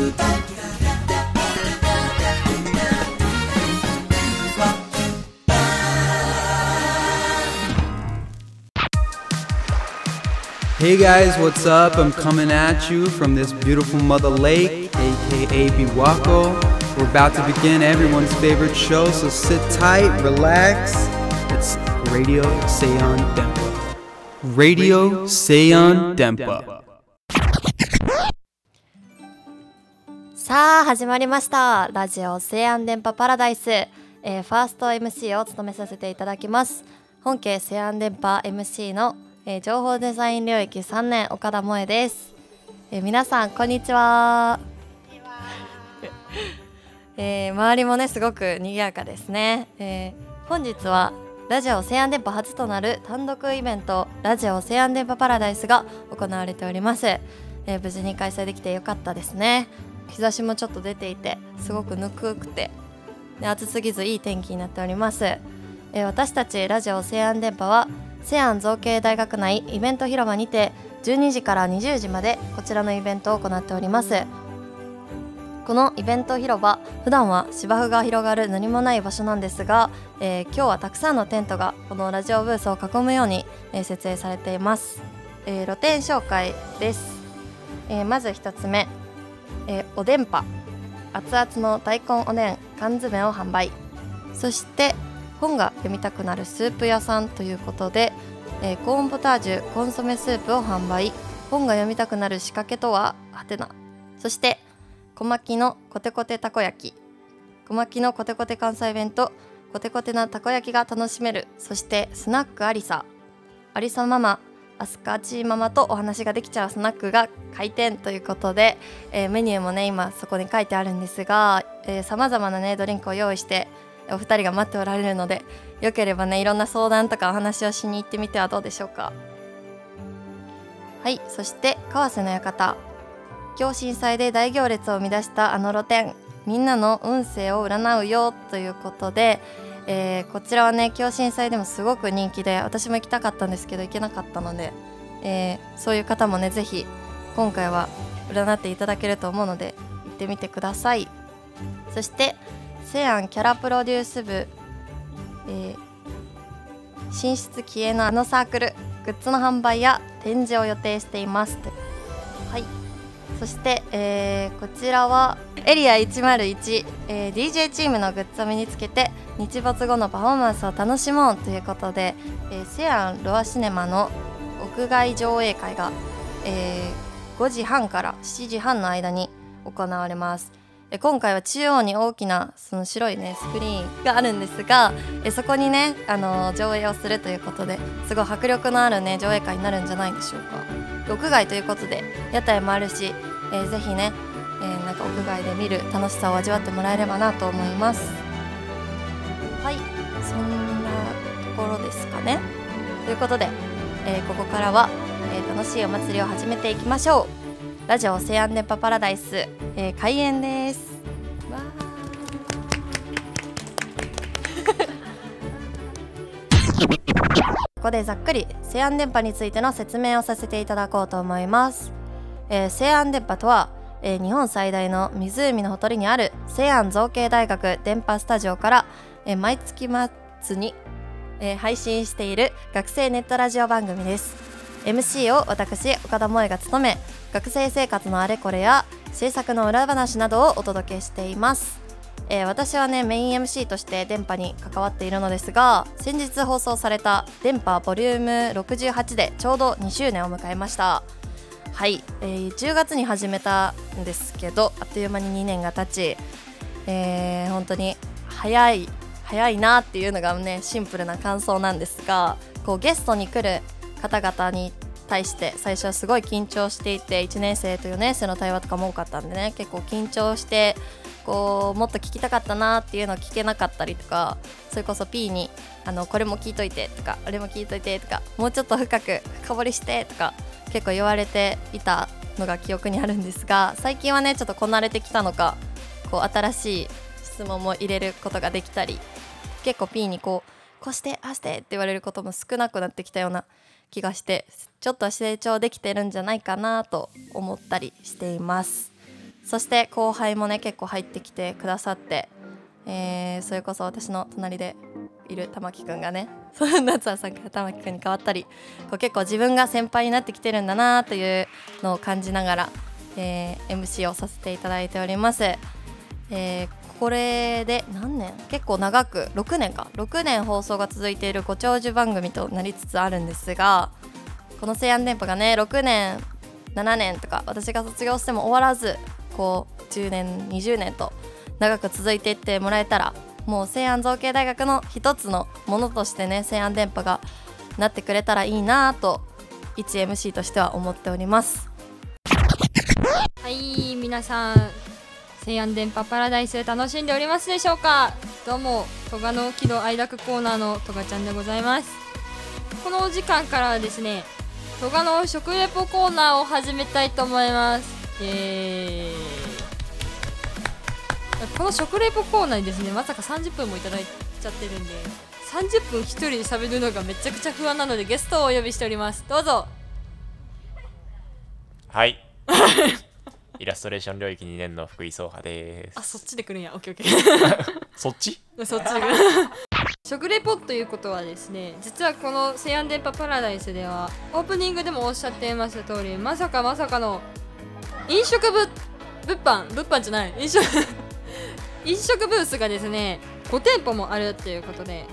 Hey guys, what's up? I'm coming at you from this beautiful mother lake, aka Biwako. We're about to begin everyone's favorite show, so sit tight, relax. It's Radio Seion Denpa. Radio Seion Denpa. さあ始まりました。ラジオ西安電波パラダイス、ファースト MC を務めさせていただきます。本家西安電波 MC の情報デザイン領域3年岡田萌です。皆さんこんにちは。周りもねすごく賑やかですね。本日はラジオ西安電波初となる単独イベントラジオ西安電波パラダイスが行われております。無事に開催できてよかったですね。日差しもちょっと出ていてすごくぬくくて暑すぎずいい天気になっております。私たちラジオ西安電波は西安造形大学内イベント広場にて12時から20時までこちらのイベントを行っております。このイベント広場、普段は芝生が広がる何もない場所なんですが、今日はたくさんのテントがこのラジオブースを囲むように、設営されています。露店紹介です。まず1つ目、おでんぱ熱々の大根おでん缶詰を販売。そして本が読みたくなるスープ屋さんということで、コーンポタージュコンソメスープを販売。本が読みたくなる仕掛けとははてな。そして小牧のコテコテたこ焼き、小牧のコテコテ関西弁とコテコテなたこ焼きが楽しめる。そしてスナックアリサママアスカチーママとお話ができちゃうスナックが開店ということで、メニューもね今そこに書いてあるんですが、さまざまなねドリンクを用意してお二人が待っておられるので、よければねいろんな相談とかお話をしに行ってみてはどうでしょうか。はい、そして川瀬の館、今日震災で大行列を生み出したあの露店、みんなの運勢を占うよということで、こちらはね今日震災でもすごく人気で、私も行きたかったんですけど行けなかったので、そういう方もねぜひ今回は占っていただけると思うので行ってみてください。そして西安キャラプロデュース部、進出気鋭のあのサークルグッズの販売や展示を予定しています。はい、そして、こちらはエリア101、DJ チームのグッズを身につけて日没後のパフォーマンスを楽しもうということで、西安ロアシネマの屋外上映会が、5時半から7時半の間に行われます。今回は中央に大きなその白いねスクリーンがあるんですが、そこにね上映をするということで、すごい迫力のあるね上映会になるんじゃないでしょうか。屋外ということで屋台もあるし、ぜひね、なんか屋外で見る楽しさを味わってもらえればなと思います。はい、そんなところですかね。ということで、ここからは、楽しいお祭りを始めていきましょう。ラジオ西安電波パラダイス、開演です。わここでざっくり西安電波についての説明をさせていただこうと思います。西安電波とは、日本最大の湖のほとりにある西安造形大学電波スタジオから、毎月末に、配信している学生ネットラジオ番組です。MC を私岡田萌が務め、学生生活のあれこれや制作の裏話などをお届けしています。私はねメイン MC として電波に関わっているのですが、先日放送された電波ボリューム68でちょうど2周年を迎えました。はい、10月に始めたんですけど、あっという間に2年が経ち、本当に早いなっていうのがねシンプルな感想なんですが、こうゲストに来る方々に対して最初はすごい緊張していて、1年生と4年生の対話とかも多かったんでね、結構緊張してこうもっと聞きたかったなっていうのを聞けなかったりとか、それこそ P にこれも聞いといてとかあれも聞いといてとか、もうちょっと深く深掘りしてとか結構言われていたのが記憶にあるんですが、最近はねちょっとこなれてきたのか、こう新しい質問も入れることができたり、結構 P にこうしてああしてって言われることも少なくなってきたような気がして、ちょっと成長できてるんじゃないかなと思ったりしています。 そして後輩もね結構入ってきてくださって、それこそ私の隣でいる玉木くんがね夏はさんから玉木くんに変わったり、こう結構自分が先輩になってきてるんだなというのを感じながら、MC をさせていただいております。これで何年、結構長く6年放送が続いているご長寿番組となりつつあるんですが、この西安電波がね6年7年とか私が卒業しても終わらず、こう10年20年と長く続いていってもらえたら、もう西安造形大学の一つのものとしてね西安電波がなってくれたらいいなと一 MC としては思っております。 はい、皆さん西安電波パラダイス楽しんでおりますでしょうか。どうも戸賀の喜怒哀楽コーナーの戸賀ちゃんでございます。このお時間からはですね、戸賀の食レポコーナーを始めたいと思います。この食レポコーナーにですね、まさか30分もいただいちゃってるんで、30分一人で喋るのがめちゃくちゃ不安なのでゲストをお呼びしております。どうぞ。 はいイラストレーション領域2年の福井壮波です。 あ、そっちで来るんや。オッケーオッケーそっちそっち食レポということはですね、実はこの西安電波パラダイスではオープニングでもおっしゃっていました通り、まさかの飲食物販じゃない飲食飲食ブースがですね5店舗もあるっていうことで、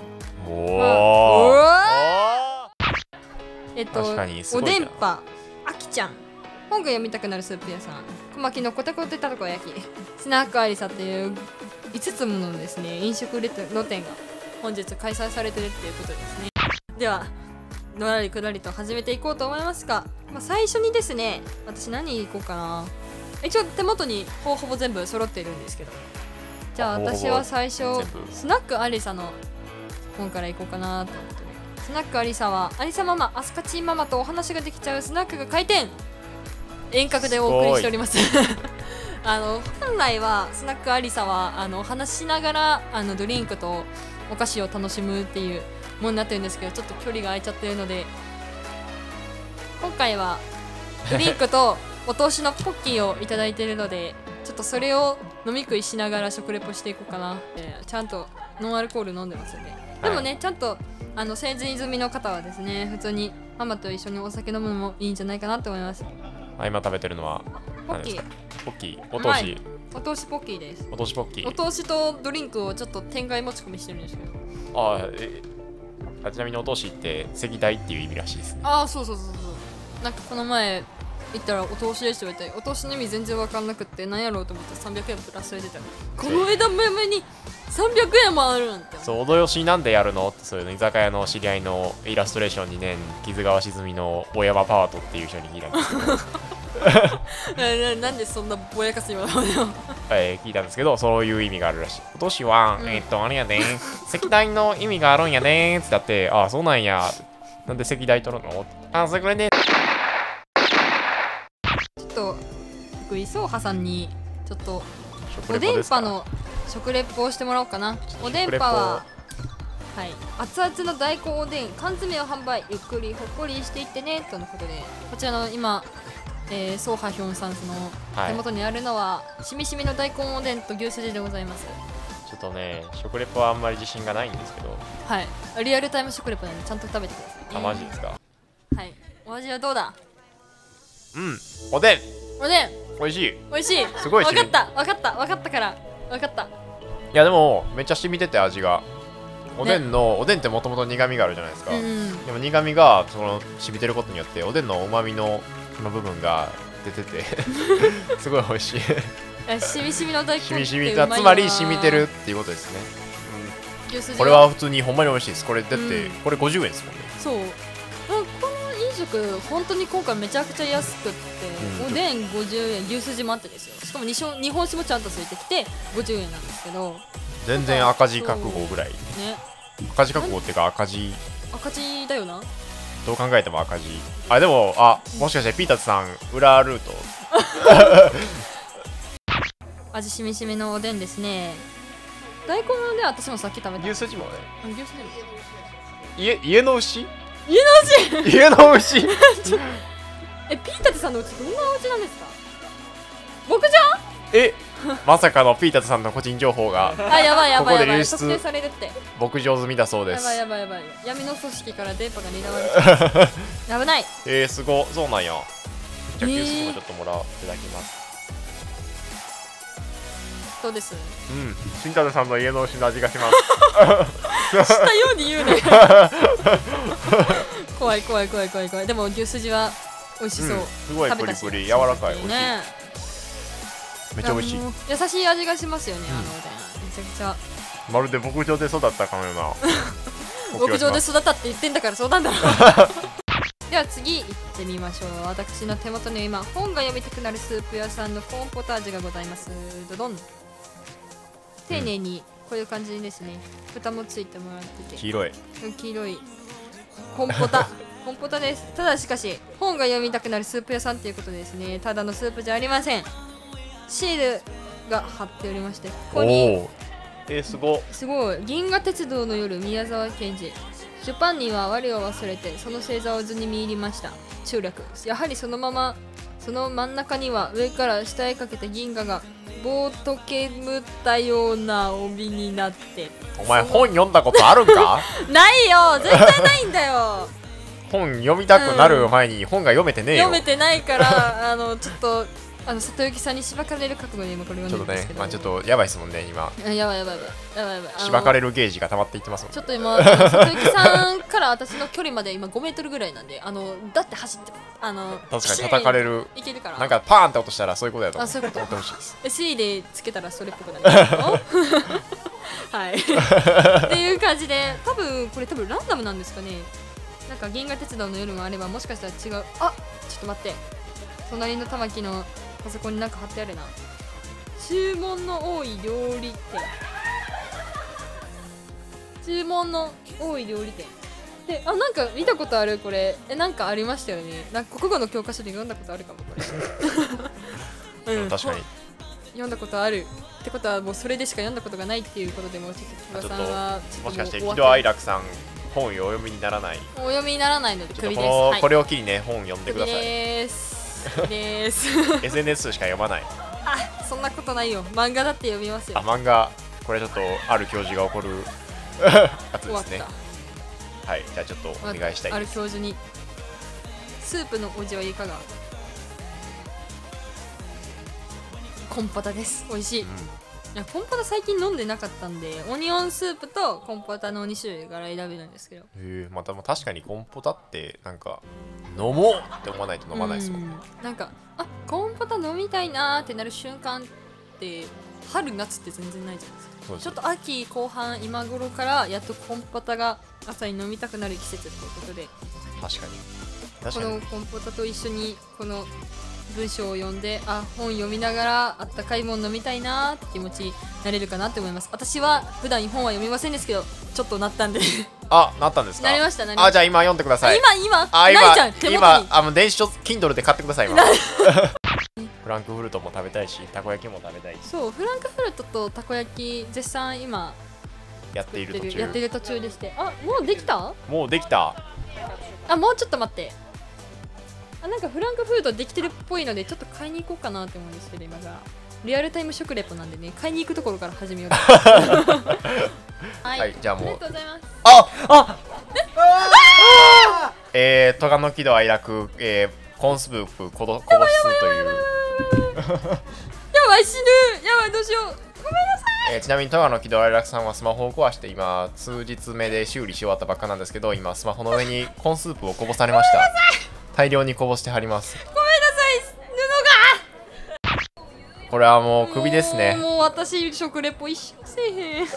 確かにすおごいな。 でんぱあきちゃん、本が読みたくなるスープ屋さん、小牧のコテコテたこ焼き、スナックありさという5つものですね飲食露店が本日開催されてるっていうことですね。ではのらりくらりと始めていこうと思いますが、最初にですね、私何いこうかな。一応手元にほぼ全部揃っているんですけど、じゃあ私は最初スナックありさの本からいこうかなということで、スナックありさはありさママ、アスカチンママとお話ができちゃうスナックが開店、遠隔でお送りしております本来はスナックありさはお話ししながらドリンクとお菓子を楽しむっていうものになってるんですけど、ちょっと距離が空いちゃってるので、今回はドリンクとお通しのポッキーをいただいているので、ちょっとそれを飲み食いしながら食レポしていこうかな。ちゃんとノンアルコール飲んでますよね。でもね、ちゃんと成人済みの方はですね、普通にママと一緒にお酒飲むのもいいんじゃないかなと思います。 今食べてるのはポッキー。 ポッキー、お通し。 お通しポッキーです。 お通しポッキー。 お通しとドリンクをちょっと天外持ち込みしてるんですけど。 ちなみにお通しって席代っていう意味らしいですね。 そう。なんかこの前行ったらお通しでしておいて、お通しの意味全然分かんなくって何やろうと思って300円プラスされてたら、この枝豆に300円もあるんって。 そう、おどよしなんでやるのって、そういうの居酒屋の知り合いのイラストレーション2年木津川沈みの小山パワートっていう人に聞いたんですけどなんでそんなぼやかすようなの聞いたんですけど、そういう意味があるらしい。お通しは、あれやで席代の意味があるんやねってだって、そうなんや、なんで席代取るの、それでちょっと福井壮波さんにちょっとおでんぱの食レポをしてもらおうかな。おでんぱは熱々の大根おでん缶詰を販売、ゆっくりほっこりしていってねとのことで、こちらの今ソーハヒョンさんの手元にあるのは、しみしみの大根おでんと牛すじでございます。 ちょっとね、食レポはあんまり自信がないんですけど、 リアルタイム食レポなんでちゃんと食べてください、 マジですか。 お味はどうだ。 おでん美味しい。 すごい。分かったから。 いやでもめっちゃ染みてて味が、おでんってもともと苦味があるじゃないですか。でも苦味がその染みてることによっておでんの旨味のその部分が出ててすごい美味しいしみしみの大根ってしみつまり染みてるっていうことですね。これは普通にほんまに美味しいです。これだってこれ50円ですもんね。 そう、この飲食本当に今回めちゃくちゃ安くって、おでん50円、牛すじもあってですよ。しかも日本酒もちゃんとついてきて50円なんですけど、 全然赤字覚悟ぐらいね。赤字覚悟っていうか赤字だよな。 どう考えても赤字。でももしかしてピータツさん裏ルート味しみしみのおでんですね。大根ので私もさっき食べた。 牛すじもね。 牛すじも家の牛家の牛ピータツさんのうちどんなお家なんですか。牧まさかのピータツさんの個人情報があ、やばいやばいやばい、 ここで流出特定されるって。 牧場済みだそうでやす。 ばいやばいやばい、闇の組織から電波が狙われてる。危ない。 すごそうなんや。じゃあ急速もちょっともらっていただきます。 どうです？ 新太さんの家の牛の味がします。 したように言うね。怖い怖い怖い怖い怖い。でも牛すじは美味しそう。 すごいプリプリ柔らかい。美味しい。めっちゃ美味しい。 優しい味がしますよね、あのおでん。めちゃくちゃ。 まるで牧場で育ったかのような。 牧場で育ったって言ってんだからそうなんだろう。では次行ってみましょう。私の手元に今本が読みたくなるスープ屋さんのコーンポタージュがございます。ドドン。丁寧にこういう感じですね。蓋もついてもらってて。 黄色いコンポタコンポタです。ただしかし本が読みたくなるスープ屋さんということでですね、ただのスープじゃありません。シールが貼っておりまして、ここにすごい銀河鉄道の夜宮沢賢治、シュパンには我を忘れてその星座を図に見入りました。中略。やはりそのままその真ん中には上から下へかけて銀河が棒と煙ったような帯になって。お前本読んだことあるんか？ないよ、絶対ないんだよ。本読みたくなる前に本が読めてねえよ。読めてないからちょっと里幸さんにしばかれる覚悟で今これ読んでるんですけど、ちょっとね、ちょっとやばいですもんね今。やばいやばいやばいやばい。しばかれるゲージが溜まっていってますもん。ちょっと今里幸さんから私の距離まで今5メートルぐらいなんで、だって走って確かに叩かれる。いけるから。なんかパーンって落としたらそういうことやと思ってほしいです。SE でつけたらそれっぽくなる。はい。っていう感じで、多分ランダムなんですかね。なんか銀河鉄道の夜もあればもしかしたら違う。あ、ちょっと待って。隣の玉木のパソコンになんか貼ってあるな。注文の多い料理店。注文の多い料理店。で、なんか見たことあるこれ。なんかありましたよね。なんか国語の教科書で読んだことあるかもこれ。確かに。読んだことある。ってことはもうそれでしか読んだことがないっていうことでもちょっと木村さんはもしかして喜怒哀楽さん本をお読みにならない。お読みにならないのでクビです。これを機にね本読んでください。です。SNS しか読まない。あ、そんなことないよ。漫画だって読みますよ。漫画。これちょっとある教授が起こるやつですね。はい、じゃあちょっとお願いしたいです。ある教授にスープのお味はいかが？コンポタです。美味しい。いや、コンポタ最近飲んでなかったんで、オニオンスープとコンポタの2種類から選べるんですけど。また確かにコンポタってなんか飲もうって思わないと飲まないですもんね。なんかコンポタ飲みたいなーってなる瞬間って春夏って全然ないじゃないですか。ちょっと秋後半今頃からやっとコンポタが朝に飲みたくなる季節っていうことで、確かにこのコンポタと一緒にこの文章を読んで、本読みながらあったかいもん飲みたいなーって気持ちになれるかなって思います。私は普段本は読みませんですけど、ちょっとなったんでなったんですか？なりました。じゃあ今読んでください。今ないじゃん、手元に。今電子書 Kindle で買ってください。今フランクフルトも食べたいし、たこ焼きも食べたいし。そう、フランクフルトとたこ焼き絶賛今やっている途中でして。もうできた？もうできた。もうちょっと待って。なんかフランクフルトできてるっぽいのでちょっと買いに行こうかなって思うんですけど、今がリアルタイム食レポなんでね、買いに行くところから始めようとはい、じゃあもうありがとうございます。トガの喜怒哀楽コンスープこぼすというやばい、死ぬ、やばい、どうしよう、ごめんなさい。ちなみにトガの喜怒哀楽さんはスマホを壊して今数日目で修理し終わったばっかなんですけど、今スマホの上にコーンスープをこぼされました。大量にこぼしてはります。ごめんなさい、布が。これはもうクビですね。もう私食レポ一生せえへん。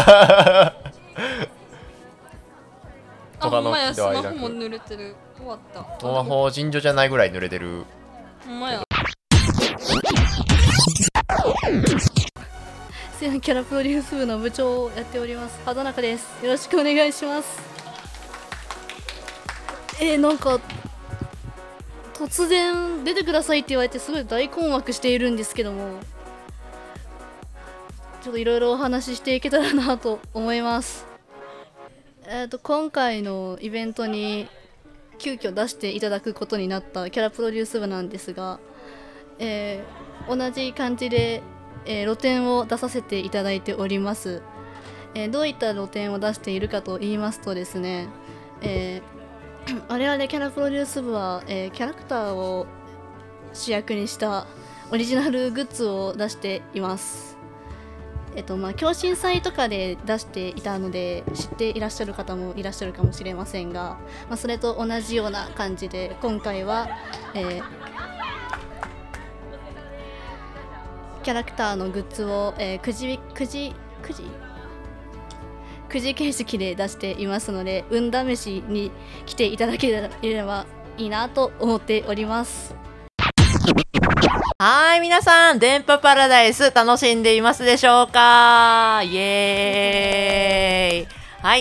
ほんまや、スマホも濡れてる。終わった。スマホ尋常じゃないぐらい濡れてる。ほんまや。 キャラプロデュース部の部長をやっております畑中です。よろしくお願いします。なんか突然出てくださいって言われてすごい大困惑しているんですけども、ちょっといろいろお話ししていけたらなと思います。今回のイベントに急遽出していただくことになったキャラプロデュース部なんですが、 同じ感じで、露店を出させていただいております。どういった露店を出しているかと言いますとですね、我々キャラプロデュース部は、キャラクターを主役にしたオリジナルグッズを出しています。共振祭とかで出していたので知っていらっしゃる方もいらっしゃるかもしれませんが、それと同じような感じで今回は、キャラクターのグッズを、くじ形式で出していますので、運試しに来ていただければいいなと思っております。 はい、皆さん、電波パラダイス楽しんでいますでしょうか？イエーイ。はい、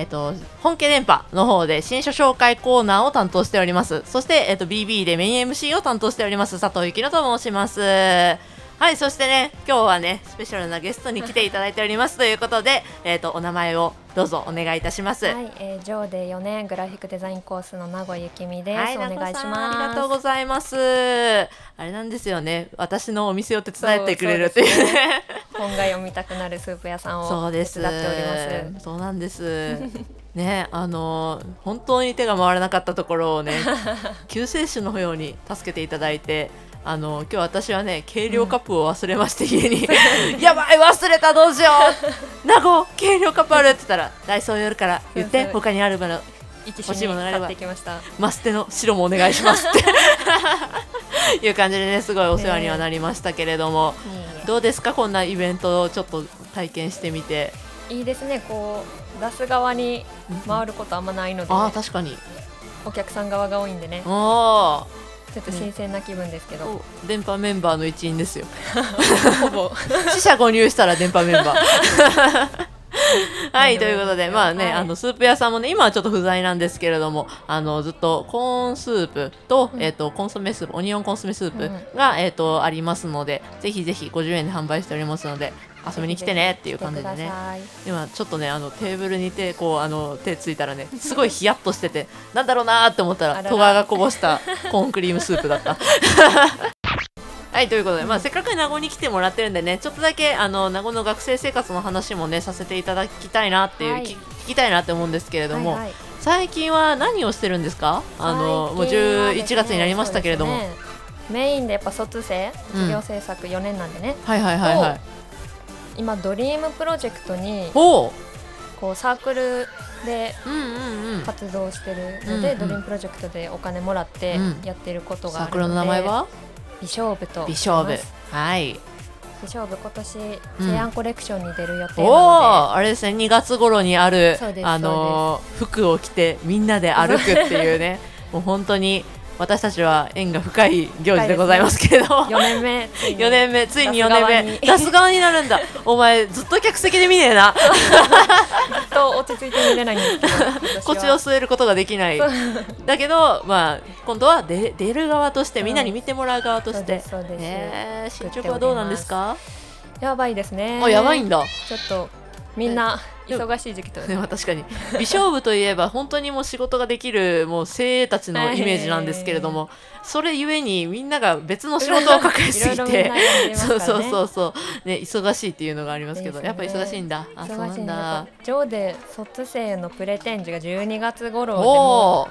本家電波の方で新書紹介コーナーを担当しております。そして、BB でメイン MC を担当しております佐藤ゆきのと申します。はい、そしてね、今日はね、スペシャルなゲストに来ていただいておりますということで、お名前をどうぞお願いいたします。 はい、ジョーで4年グラフィックデザインコースの名古ゆきみです。 はい、 お願いします。 ありがとうございます。あれなんですよね、私のお店を手伝ってくれるっていうね。 本が読みたくなるスープ屋さんを手伝っております。 そうなんです。ね、本当に手が回らなかったところをね、救世主のように助けていただいて。今日私はね、計量カップを忘れまして、家にやばい、忘れた、どうしよう、名護計量カップあるって言ったら、ダイソー寄るから言って、他にあるもの欲しいものがあればマステの白もお願いしますっていう感じでね、すごいお世話にはなりましたけれども、どうですか、こんなイベントをちょっと体験してみて。 いいですね、こう出す側に回ることあんまないので、 あ、確かにお客さん側が多いんでね、 あ、 ちょっと新鮮な気分ですけど、 電波メンバーの一員ですよほぼ四捨五入したら電波メンバーはい、ということで、まあね、 はい、 スープ屋さんもね、今はちょっと不在なんですけれども、ずっとコーンスープと、コンソメスープ、オニオンコンソメスープが、ありますので、ぜひぜひ50円で販売しておりますので、遊びに来てねっていう感じでね。今ちょっとね、テーブルに手ついたらね、すごいヒヤッとしてて、なんだろうなーって思ったら、戸川がこぼしたコーンクリームスープだったはい、ということで、まあ、せっかく名護に来てもらってるんでね、ちょっとだけ名護の学生生活の話もねさせていただきたいなっていう、聞きたいなって思うんですけれども、はいはい、最近は何をしてるんですか？もう11月になりましたけれども、 メインでやっぱ卒生、卒業制作4年なんでね、 はいはいはいはい、 今ドリームプロジェクトにこうサークルで活動してるので、ドリームプロジェクトでお金もらってやってることがあるので、サークルの名前は美勝負と美勝負、はい、 美勝負今年西安コレクションに出る予定なので、 あれですね、2月頃にある服を着てみんなで歩くっていうねもう本当に私たちは縁が深い行事でございますけれども、 4年目ついに4年目出す側になるんだお前ずっと客席で見ねえなずっと落ち着いて見れないんですけど腰を据えることができないだけど、まあ、今度は出る側としてみんなに見てもらう側として、進捗はどうなんですか？ やばいですね。 やばいんだ。 ちょっとみんな忙しい時期とでも確かに美勝負といえば本当にもう仕事ができるもう精鋭たちのイメージなんですけれども、それゆえにみんなが別の仕事を抱えすぎてそうね、忙しいっていうのがありますけど、やっぱ忙しいんだ。あ、そうなんだ。 上で卒生のプレ展示が12月頃でも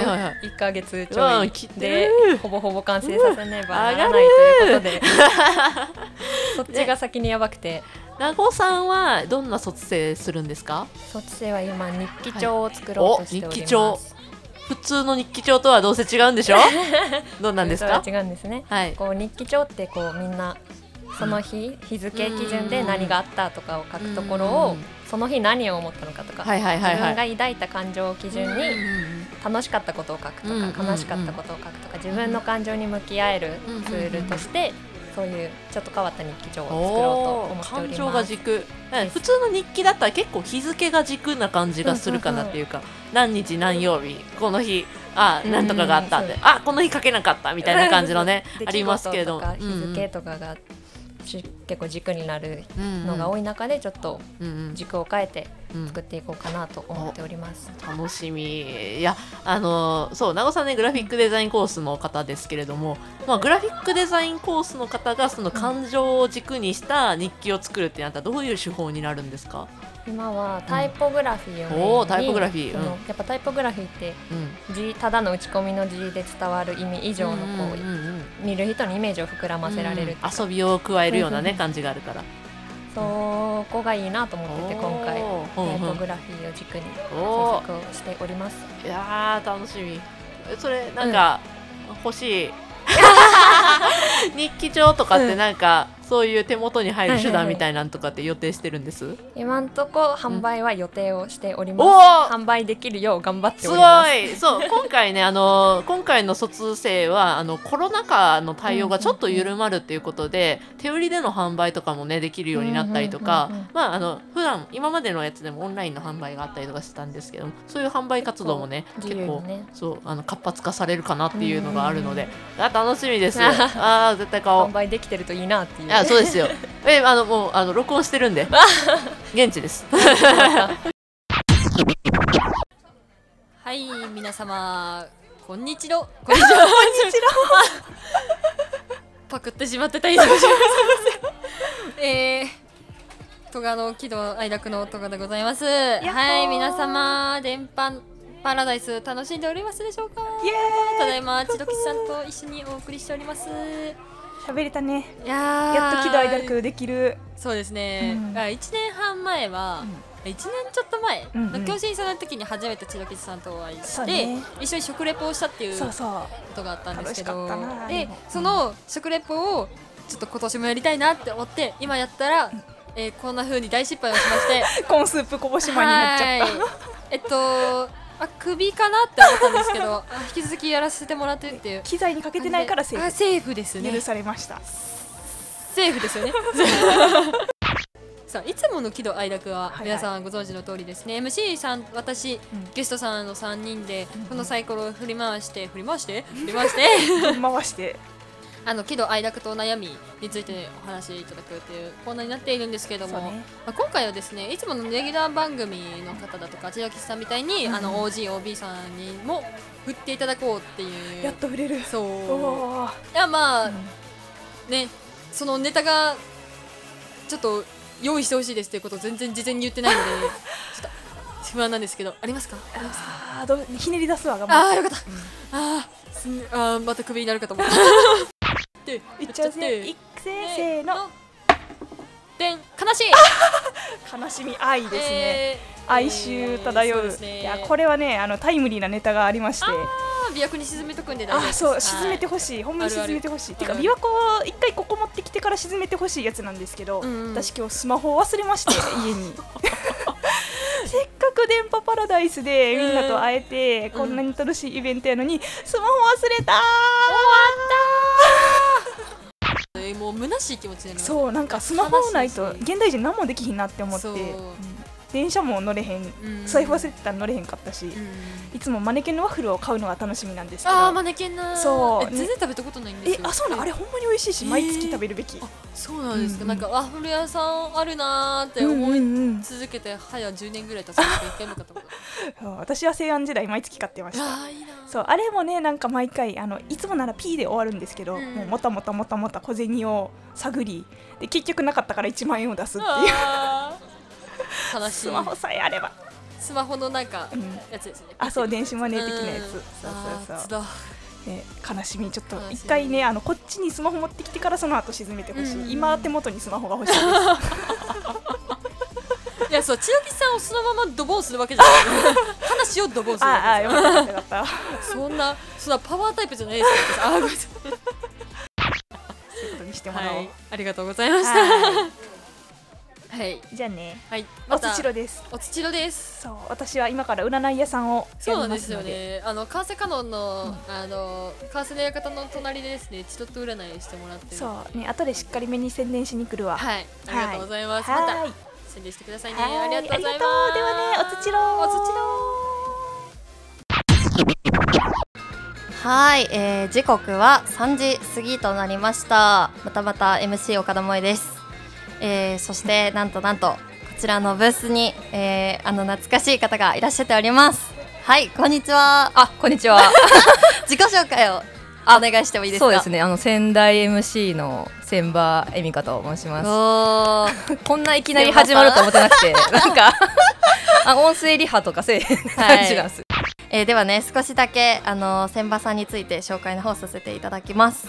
1ヶ月ちょいでほぼほぼ完成させねばならないということでそっちが先にやばくて。 名護さんはどんな卒生するんですか？ 卒生は今日記帳を作ろうとしております。日記帳、 普通の日記帳とはどうせ違うんでしょどうなんですか？ 違うんですね、はい、こう日記帳ってこうみんなその日、日付基準で何があったとかを書くところを、その日何を思ったのかとか、自分が抱いた感情を基準に楽しかったことを書くとか、悲しかったことを書くとか、自分の感情に向き合えるツールとしてそういうちょっと変わった日記帳を作ろうと思っております。 感情が軸、普通の日記だったら結構日付が軸な感じがするかなっていうか、何日何曜日この日なんとかがあったって、この日書けなかったみたいな感じのねありますけど、 日付とかが結構軸になるのが多い中でちょっと軸を変えて作っていこうかなと思っております。 楽しみ。いやそう名護さんねグラフィックデザインコースの方ですけれども、グラフィックデザインコースの方がその感情を軸にした日記を作るってなったらどういう手法になるんですか？ 今はタイポグラフィーをメインに、 タイポグラフィー、 やっぱタイポグラフィーってただの打ち込みの字で伝わる意味以上のこう見る人にイメージを膨らませられる、 遊びを加えるようなね感じがあるから、 そこがいいなと思ってて今回タイポグラフィーを軸に制作をしております。 いやー楽しみ。それなんか、欲しい日記帳とかってなんか、そういう手元に入る手段みたいなんとかって予定してるんです？ 今んとこ販売は予定をしております。販売できるよう頑張っております。 すごい。そう今回ね今回の卒生はコロナ禍の対応がちょっと緩まるっていうことで、手売りでの販売とかもねできるようになったりとか、普段今までのやつでもオンラインの販売があったりとかしたんですけども、そういう販売活動もね結構そう活発化されるかなっていうのがあるので、楽しみです。絶対買おう。 販売できてるといいなっていう。 そうですよ。もう録音してるんで現地です。 はい、皆様こんにちは。パクってしまってた。戸賀の喜怒哀楽の戸賀でございます。はい、皆様電波パラダイス楽しんでおりますでしょうか？ただいま千鳥さんと一緒にお送りしております。 喋れたね。やっと喜怒哀楽できる。 そうですね。1年半前は、1年ちょっと前、教師さんの時に初めて千鳥さんとお会いして、一緒に食レポをしたっていうことがあったんですけど、でその食レポをちょっと今年もやりたいなって思って今やったら、こんな風に大失敗をしましてコーンスープこぼしまになっちゃった。 首かなって思ったんですけど引き続きやらせてもらってるっていう。 機材にかけてないからセーフ。 セーフですね。 許されました。 セーフですよね。さあいつもの喜怒哀楽は皆さんご存知の通りですね。MC さん、私、ゲストさんの3人でこのサイコロを振り回して喜怒哀楽と悩みについてお話しいただくというコーナーになっているんですけれども、今回はですねいつものレギュラー番組の方だとか千鳥さんみたいに、OG、OB さんにも振っていただこうっていう。 やっと振れる。 そう。いやね、そのネタがちょっと用意してほしいですということを全然事前に言ってないのでちょっと不安なんですけど、ありますか？ ひねり出すわ。頑張って。 よかった。またクビになるかと思った。 いっちゃうぜ。せーの。 でん、悲しい。 悲しみ愛ですね。哀愁漂う。いやこれはねタイムリーなネタがありまして。 琵琶湖に沈めとくんで。 そう沈めてほしい。ほんまに沈めてほしい。てか琵琶湖一回ここ持ってきてから沈めてほしいやつなんですけど、私今日スマホを忘れまして家に。せっかく電波パラダイスでみんなと会えてこんなに楽しいイベントやのにスマホ忘れた。終わった。もう虚しい気持ちになる。 そうなんかスマホないと現代人何もできひんなって思って。電車も乗れへん、財布忘れてたら乗れへんかったし、いつもマネケンのワッフルを買うのが楽しみなんですけど。 マネケンな。 そう全然食べたことないんですよ。 そうなん。あれほんまに美味しいし毎月食べるべき。 そうなんですか。なんかワッフル屋さんあるなーって思い続けて早10年ぐらい経つんですけど一回も買ったこと。 私は西安時代毎月買ってました。そうあれもねなんか毎回いつもなら P で終わるんですけど、もうもたもた小銭を探りで結局なかったから1万円を出すっていう。 悲しい。 スマホさえあれば。 スマホのなんかやつですね。 そう電子マネー的なやつ。そう悲しみ。ちょっと一回ねこっちにスマホ持ってきてからその後沈めてほしい。今手元にスマホが欲しいです。 いやそう千鳥さんをそのままドボンするわけじゃない。話をドボンするわけです。 よかった。 そんなパワータイプじゃないですか。ごめんなさい。 そういうことにしてもらおう。 ありがとうございました。はい、 じゃあね、 おつちろです。 そう、私は今から占い屋さんをやりますので。 そうなんですよね。川瀬カノンの川瀬の館の隣でですね、チロッと占いしてもらってる。 そうね、後でしっかりめに宣伝しに来るわ。 はい、ありがとうございます。また宣伝してくださいね。ありがとうございます。 ではね、おつちろ。 はい、時刻は3時過ぎとなりました。また MC 岡田萌です。そしてなんとこちらのブースに、懐かしい方がいらっしゃっております。はい、こんにちは。 こんにちは。 自己紹介をお願いしてもいいですか？ そうですね、仙台 MC の千葉恵美香と申します。こんないきなり始まると思ってなくてなんか音声リハとかせえへん感じなんです。 ではね、少しだけ千葉さんについて紹介の方させていただきます。 はい。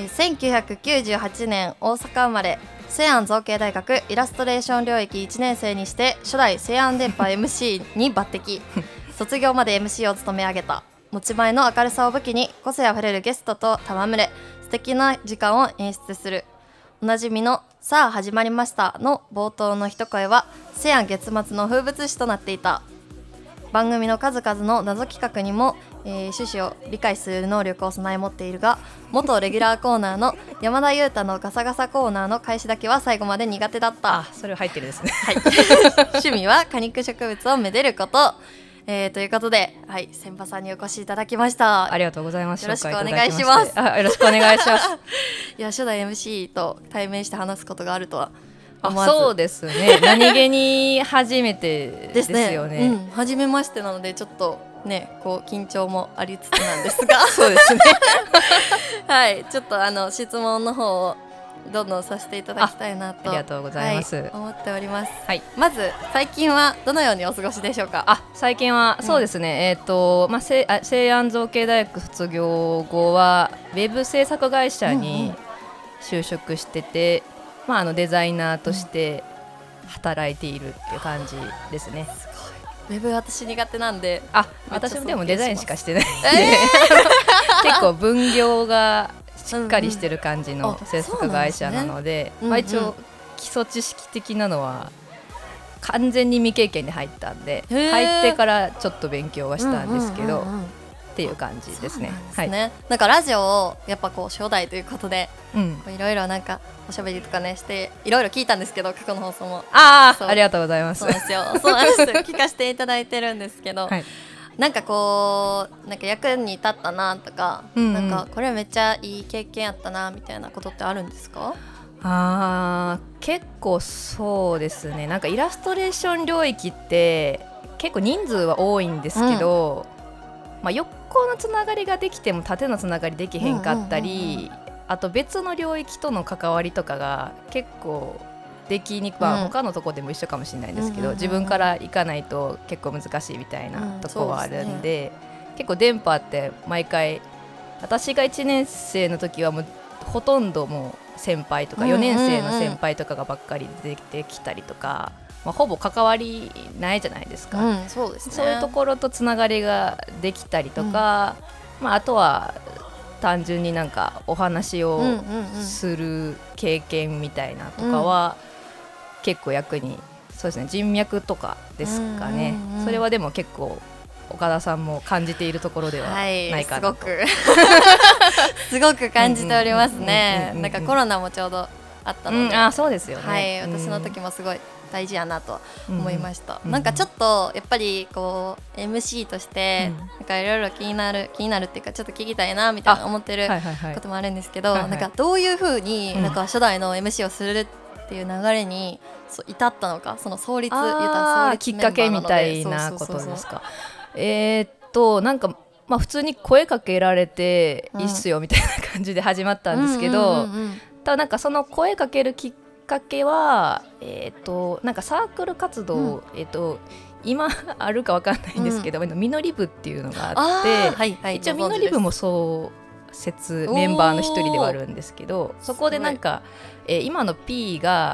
1998年大阪生まれ、西安造形大学イラストレーション領域1年生にして初代西安電波 MC に抜擢卒業まで MC を務め上げた。持ち前の明るさを武器に個性あふれるゲストと戯れ素敵な時間を演出する。おなじみのさあ始まりましたの冒頭の一声は西安月末の風物詩となっていた。番組の数々の謎企画にも、趣旨を理解する能力を備え持っているが、元レギュラーコーナーの山田裕太のガサガサコーナーの開始だけは最後まで苦手だった。 それは入ってるですね。 はい、趣味は多肉植物をめでること、ということで、はい、千葉さんにお越しいただきました。 ありがとうございます。 よろしくお願いします。 よろしくお願いします。 いや、初代 MC と対面して話すことがあるとは。 そうですね。何気に初めてですよね。 初めましてなのでちょっとね、こう緊張もありつつなんですがそうですね。 はい、ちょっと質問の方をどんどんさせていただきたいなと、 ありがとうございます、 はい、思っております。 はい、 まず最近はどのようにお過ごしでしょうか？ 最近はそうですね、西安造形大学卒業後はウェブ制作会社に就職してて、デザイナーとして働いているっていう感じですね。 すごい。ウェブ私苦手なんで。 私もでもデザインしかしてないんで、結構分業がしっかりしてる感じの制作会社なので、一応基礎知識的なのは完全に未経験で入ったんで、入ってからちょっと勉強はしたんですけど、っていう感じですね。 なんかラジオをやっぱこう初代ということでいろいろなんかおしゃべりとかねしていろいろ聞いたんですけど、過去の放送もありがとうございます。 そうですよ。そうなんです聞かせていただいてるんですけど、なんかこうなんか役に立ったなとか、なんかこれめっちゃいい経験やったなみたいなことってあるんですか？ 結構そうですね。なんかイラストレーション領域って結構人数は多いんですけど、横のつながりができても縦のつながりできへんかったり、あと別の領域との関わりとかが結構できにくい、他のとこでも一緒かもしれないんですけど、自分から行かないと結構難しいみたいなとこはあるんで、結構電波って毎回私が1年生の時はもうほとんどもう先輩とか4年生の先輩とかがばっかり出てきたりとか、ほぼ関わりないじゃないですか。 そうですね。 そういうところとつながりができたりとか、あとは単純になんかお話をする経験みたいなとかは結構役に、そうですね、人脈とかですかね。それはでも結構岡田さんも感じているところではないかなと、 すごく感じておりますね。なんかコロナもちょうどあったので、 そうですよね。 はい、私の時もすごい大事やなと思いました。なんかちょっとやっぱりこう MC としてなんかいろいろ気になるっていうか、ちょっと聞きたいなみたいな思ってることもあるんですけど、なんかどういう風になんか初代の MC をするっていう流れに至ったのか、その創立きっかけみたいなことですか。なんか普通に声かけられていいっすよみたいな感じで始まったんですけど、ただなんかその声かけるきっかけはなんかサークル活動、今あるかわかんないんですけど、みのり部っていうのがあって、一応みのり部も創設メンバーの一人ではあるんですけど、そこでなんか、今の P が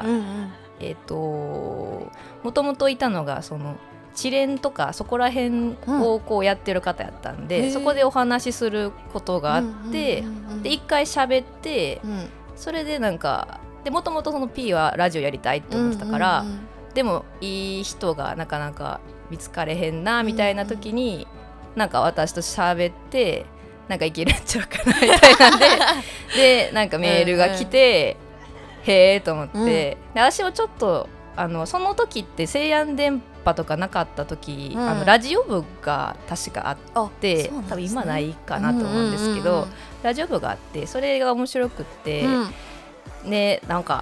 もともといたのがその知連とかそこら辺をこうやってる方やったんで、そこでお話しすることがあって、で一回喋って、それでなんかでもともとその P はラジオやりたいって思ってたから、でもいい人がなかなか見つかれへんなみたいな時に、なんか私と喋ってなんかいけるんちゃうかなみたいなんででなんかメールが来て、へえと思って、で私もちょっとその時って西安電波とかなかった時、ラジオ部が確かあって、多分今ないかなと思うんですけど、ラジオ部があってそれが面白くって、ね、なんか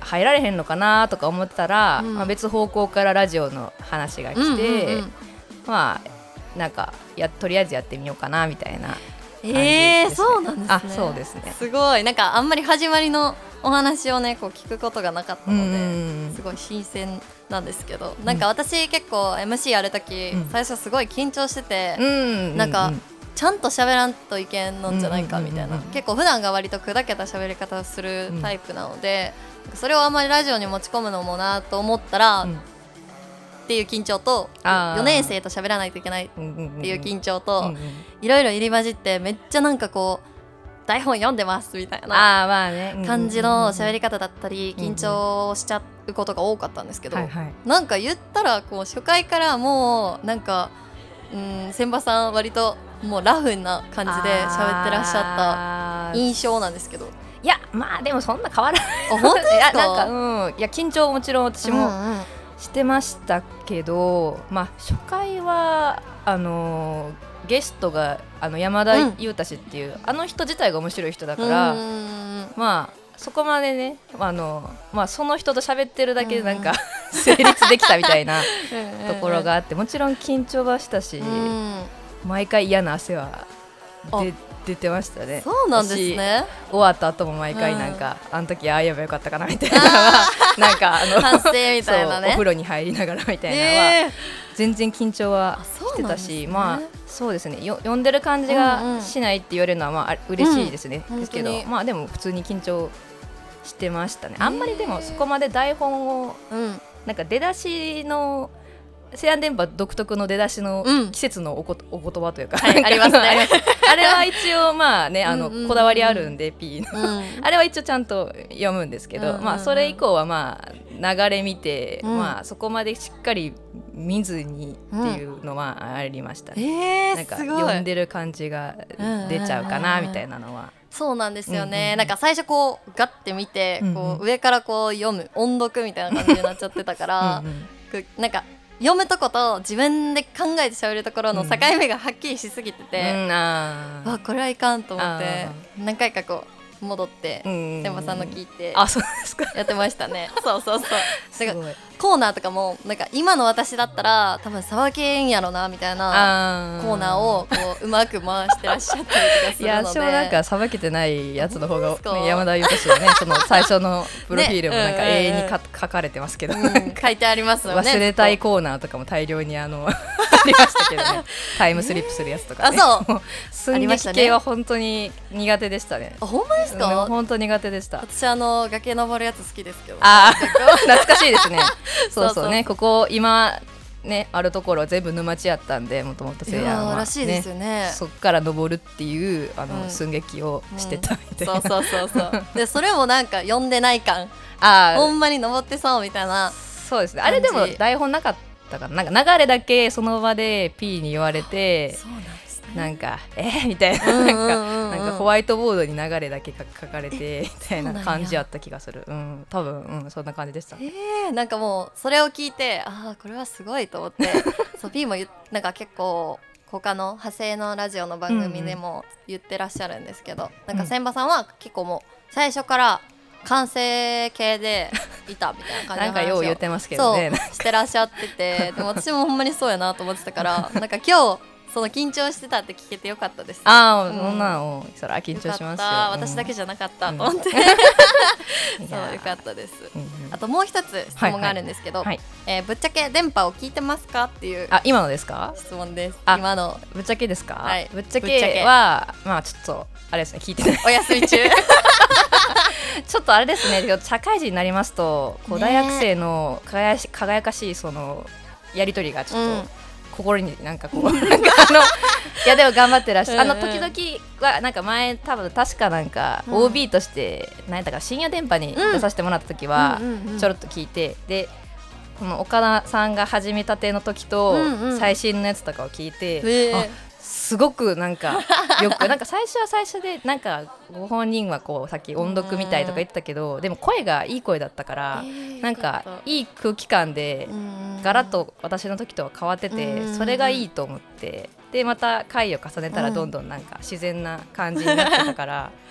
入られへんのかなとか思ってたら、まあ、別方向からラジオの話が来て、まあなんかとりあえずやってみようかなみたいな感じですね。 そうなんですね。 あ、そうですね。 すごいなんかあんまり始まりのお話をねこう聞くことがなかったので、すごい新鮮なんですけど、なんか私結構 MC やるとき、最初すごい緊張してて、なんかちゃんと喋らんといけんのんじゃないかみたいな、結構普段が割と砕けた喋り方をするタイプなので、それをあんまりラジオに持ち込むのもなと思ったら、っていう緊張と4年生と喋らないといけないっていう緊張といろいろ入り混じって、めっちゃなんかこう台本読んでますみたいな感じの喋り方だったり緊張しちゃうことが多かったんですけど、なんか言ったらこう初回からもうなんか千葉さん割ともうラフな感じで喋ってらっしゃった印象なんですけど、 いやまあでもそんな変わらない。 本当ですか？ なんかいや緊張もちろん私もしてましたけど、まあ初回はゲストが山田裕太氏っていう、あの人自体が面白い人だから、まあそこまでねまあその人と喋ってるだけでなんか成立できたみたいなところがあって、もちろん緊張はしたし、毎回嫌な汗は出てましたね。 そうなんですね。 終わった後も毎回なんか、あの時ああ言えばよかったかなみたいななんか反省みたいなね、 お風呂に入りながらみたいなのは、全然緊張はしてたし、まあそうですね、読んでる感じがしないって言われるのはまあ嬉しいですね、ですけど、まあでも普通に緊張してましたね。あんまりでもそこまで台本をなんか出だしの西安電波独特の出だしの季節のお言葉というか、 ありますね。 あれは一応まあねこだわりあるんで P のあれは一応ちゃんと読むんですけど、まあそれ以降はまあ流れ見て、まあそこまでしっかり見ずにっていうのはありましたね。なんか読んでる感じが出ちゃうかなみたいなのは。 そうなんですよね。なんか最初こうガッて見てこう上からこう読む音読みたいな感じになっちゃってたからなんか読むとこと自分で考えて喋るところの境目がはっきりしすぎてて、わこれはいかんと思って何回かこう戻って千葉さんの聞いてやってましたね。そうだからコーナーとかもなんか今の私だったら多分さばけんやろなみたいなコーナーをこううまく回してらっしゃったりとかするので、いや私もなんかさばけてないやつの方が、ね、山田裕太氏はねその最初のプロフィールもなんか永遠に書かれてますけど、 書いてありますよね。 忘れたいコーナーとかも大量にありましたけどねタイムスリップするやつとかね。寸劇系は本当に苦手でしたね。 ほんまですか？ 本当苦手でした。 私崖登るやつ好きですけど。 懐かしいですね。そうね、ここ今ねあるところ全部沼地やったんで、もともと西安はらしいですよね。 そっから登るっていう寸劇をしてたみたいな。 そうでそれもなんか読んでない感、ほんまに登ってそうみたいな。 そうですね。あれでも台本なかったかな。なんか流れだけその場で P に言われて、なんかみたいな、なんかホワイトボードに流れだけ書かれてみたいな感じやった気がする。多分そんな感じでした。 なんかもうそれを聞いてこれはすごいと思ってそう P もなんか結構他の派生のラジオの番組でも言ってらっしゃるんですけど、なんか千葉さんは結構もう最初から完成形でいたみたいな感じの話をなんかよう言ってますけどね、 してらっしゃってて、でも私もほんまにそうやなと思ってたからなんか今日その緊張してたって聞けてよかったです。 そんなのそら緊張しますよ。 私だけじゃなかったと思ってそうよかったです。あともう一つ質問があるんですけど、ぶっちゃけ電波を聞いてますかっていう今のですか？ 質問です。今のぶっちゃけですか？ぶっちゃけはまあちょっとあれですね、聞いてない。 お休み中ちょっとあれですね、社会人になりますとこう大学生の輝かしいそのやり取りがちょっと心になんかこういやでも頑張ってらっしゃる。時々はなんか前多分確かなんか OB として何やったか深夜電波に出させてもらった時はちょろっと聞いて、でこの岡田さんが始めたての時と最新のやつとかを聞いて、すごくなんかよくなんか最初は最初でなんかご本人はこうさっき音読みたいとか言ってたけど、でも声がいい声だったからなんかいい空気感でガラッと私の時とは変わってて、それがいいと思って、でまた回を重ねたらどんどんなんか自然な感じになってたから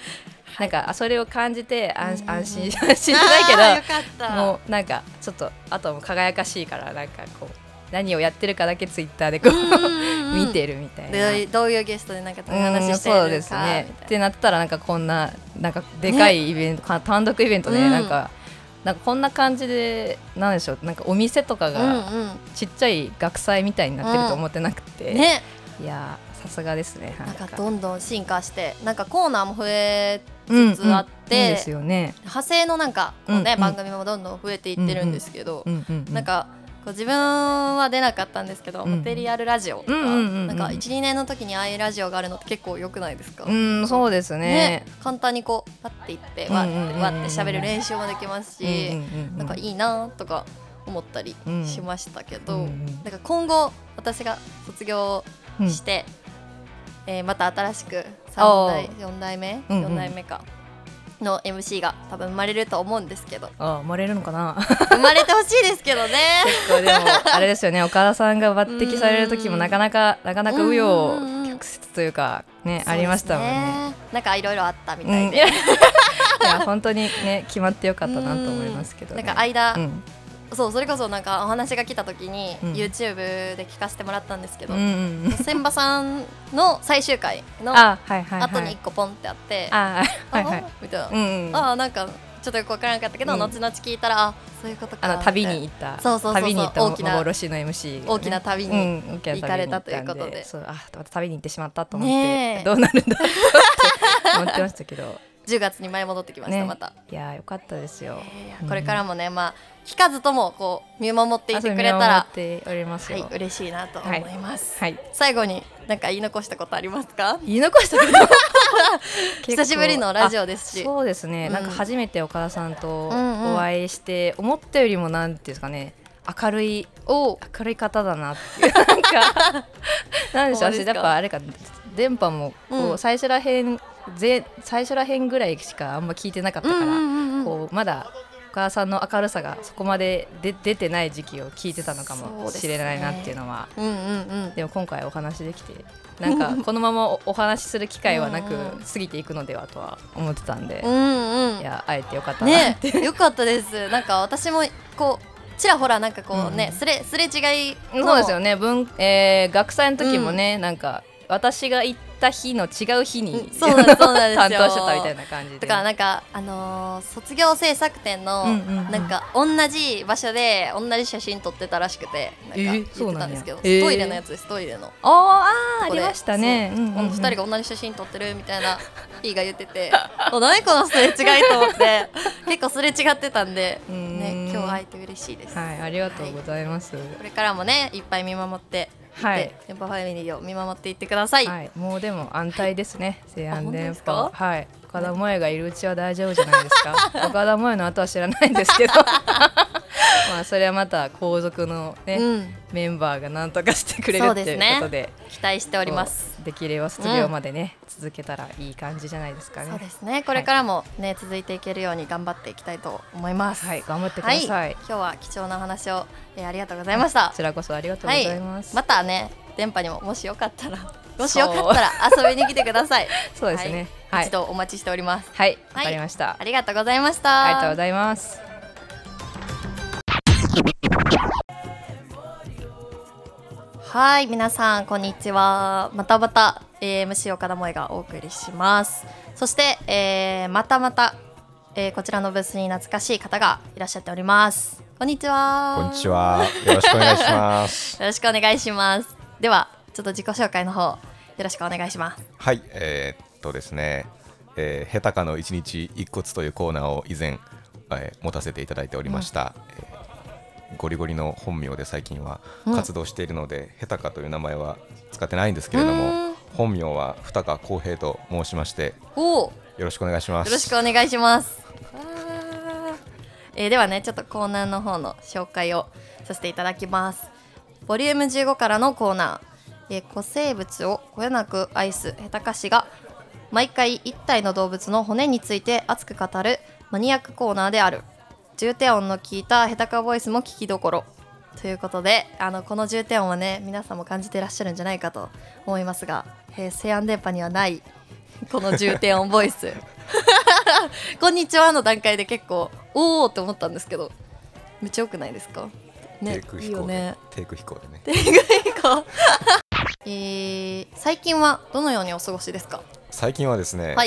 なんかそれを感じて安心じゃないけどもうなんかちょっとあとはもう輝かしいからなんかこう何をやってるかだけツイッターでこう見てるみたいな。 どういうゲストでなんか話してるかそうですねってなったらなんかこんななんかでかいイベント、単独イベントでなんかこんな感じでなんでしょう、なんかお店とかがちっちゃい学祭みたいになってると思ってなくて、 ね、 いやさすがですね。 なんかどんどん進化してなんかコーナーも増えつつあって、 ですよね、 派生のなんかこうね、番組もどんどん増えていってるんですけど、なんかこう自分は出なかったんですけど、マテリアルラジオとかなんか 1,2 年の時にああいうラジオがあるのって結構良くないですか？ そうですね。 簡単にこうパッていってわって喋る練習もできますし、なんかいいなとか思ったりしましたけど、なんか今後私が卒業して、また新しく4代目かの MC が多分生まれると思うんですけど、 生まれるのかな生まれてほしいですけどね。 結構でもあれですよね、岡田さんが抜擢される時もなかなか紆余曲折というかね、ありましたもんね。 なんかいろいろあったみたいで、 いや本当にね決まってよかったなと思いますけどね。 なんか間、それこそなんかお話が来た時に YouTube で聞かせてもらったんですけど、千葉さんの最終回の後に1個ポンってあって、みたいな、なんかちょっとよく分からなかったけど、後々聞いたらそういうことか、 旅に行った大きな幻の MC 大きな旅に行かれたということで、 また旅に行ってしまったと思ってどうなるんだろうって思ってましたけど 10月に前戻ってきました、また。 いやよかったですよ。 これからもね、聞かずともこう見守っていてくれたら嬉しいなと思います。最後に何か言い残したことありますか？ 言い残したこと久しぶりのラジオですし、 そうですね、なんか初めて岡田さんとお会いして思ったよりもなんていうんですかね、明るい方だなっていうなんでしょう、やっぱあれか電波もこう最初らへんぐらいしかあんま聞いてなかったから、こうまだ岡田さんの明るさがそこまで出てない時期を聞いてたのかもしれないなっていうのは、でも今回お話できてなんかこのままお話しする機会はなく過ぎていくのではとは思ってたんで、いや会えてよかったなって、 よかったです。なんか私もこうちらほらなんかこうね、すれ違いの、 そうですよね、学祭の時もね、なんか私が行った日の違う日にそうなんです担当してたみたいな感じで、 だからなんか卒業制作展のなんか同じ場所で同じ写真撮ってたらしくて、なんか言ってたんですけど、トイレのやつです。トイレのありましたね。 2人が同じ写真撮ってるみたいなP が言ってて、何このすれ違いと思って結構すれ違ってたんでね、今日会えて嬉しいです。 ありがとうございます。これからもねいっぱい見守って電波ファミリーを見守っていってください。 もうでも安泰ですね、西安電波。岡田萌がいるうちは大丈夫じゃないですか。岡田萌の後は知らないんですけどそれはまた後続のね、メンバーが何とかしてくれるっていうことで期待しております。 できれば卒業までね、続けたらいい感じじゃないですかね。 そうですね、これからもね、続いていけるように頑張っていきたいと思います。 頑張ってください。 今日は貴重なお話をありがとうございました。 こちらこそありがとうございます。 またね、電波にももしよかったら遊びに来てください。 そうですね、 一度お待ちしております。 わかりました。 ありがとうございました。 ありがとうございます。 はい、皆さんこんにちは。またMC 岡田萌がお送りします。そして、またこちらのブースに懐かしい方がいらっしゃっております。こんにちは。 こんにちは。よろしくお願いします。 よろしくお願いします。ではちょっと自己紹介の方よろしくお願いします。 はい、ですね、ヘタカの一日一骨というコーナーを以前、持たせていただいておりました。ゴリゴリの本名で最近は活動しているので、ヘタカという名前は使ってないんですけれども、本名は二川浩平と申しまして、よろしくお願いします。 よろしくお願いします。ではね、ちょっとコーナーの方の紹介をさせていただきます。ボリューム15からのコーナー、古生物をこよなく愛すヘタカ氏が毎回一体の動物の骨について熱く語るマニアックコーナーである。重低音の効いたヘタカボイスも聞きどころということで、この重低音はね、皆さんも感じていらっしゃるんじゃないかと思いますが、西安電波にはないこの重低音ボイスこんにちはの段階で結構おーって思ったんですけど、めっちゃ良くないですかね。いいよね。 低空飛行でね。 低空飛行最近はどのようにお過ごしですか？ 最近はですね、 はい、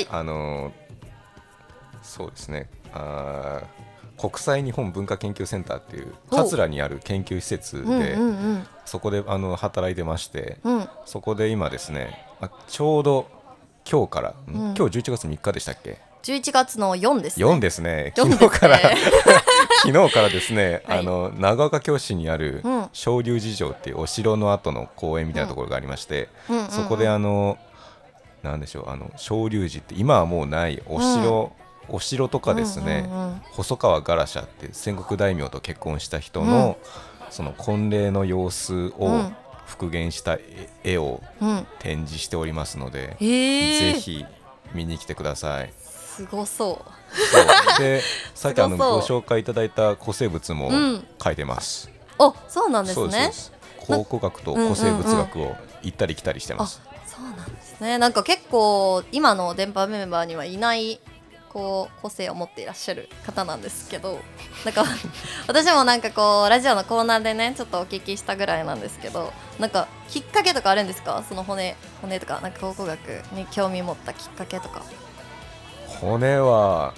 そうですね、国際日本文化研究センターっていう桂にある研究施設で、そこで働いてまして、そこで今ですね、ちょうど今日から、今日11月3日でしたっけ ？11月の4ですね。 4ですね。昨日から昨日からですね、はい、長岡京市にある鍾龍寺城っていうお城の後の公園みたいなところがありまして、そこでなんでしょう、鍾龍寺って今はもうないお城とかですね、細川ガラシャって戦国大名と結婚した人の、その婚礼の様子を復元した絵を展示しておりますので、ぜひ見に来てください。 すごそう。 でさっきご紹介いただいた古生物も書いてます。 あ、そうなんですね。 考古学と古生物学を行ったり来たりしてます。 そうなんですね。なんか結構今の電波メンバーにはいない個性を持っていらっしゃる方なんですけど、なんか私もなんかラジオのコーナーでねちょっとお聞きしたぐらいなんですけど、なんかきっかけとかあるんですか？その骨とかなんか考古学に興味持ったきっかけとか。 骨は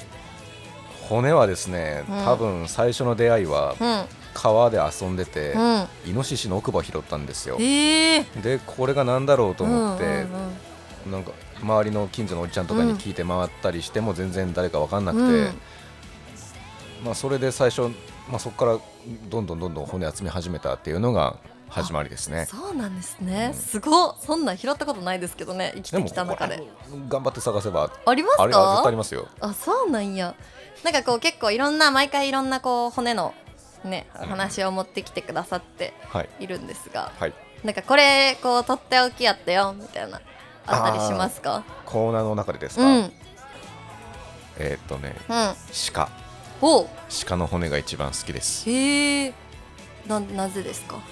ですね、多分最初の出会いは川で遊んでて、イノシシの奥歯を拾ったんですよ。でこれが何だろうと思って、なんか周りの近所のおじちゃんとかに聞いて回ったりしても全然誰か分かんなくて、それで最初、そこからどんどん骨集め始めたっていうのが始まりですね。 そうなんですね。すごい。そんなん拾ったことないですけどね、生きてきた中で。 頑張って探せばありますか？ 絶対ありますよ。 あ、そうなんや。なんか結構毎回いろんな骨のね話を持ってきてくださっているんですが、なんかこれとっておきやったよみたいなあったりしますか？ コーナーの中でですか？鹿。鹿の骨が一番好きです。 なぜですか？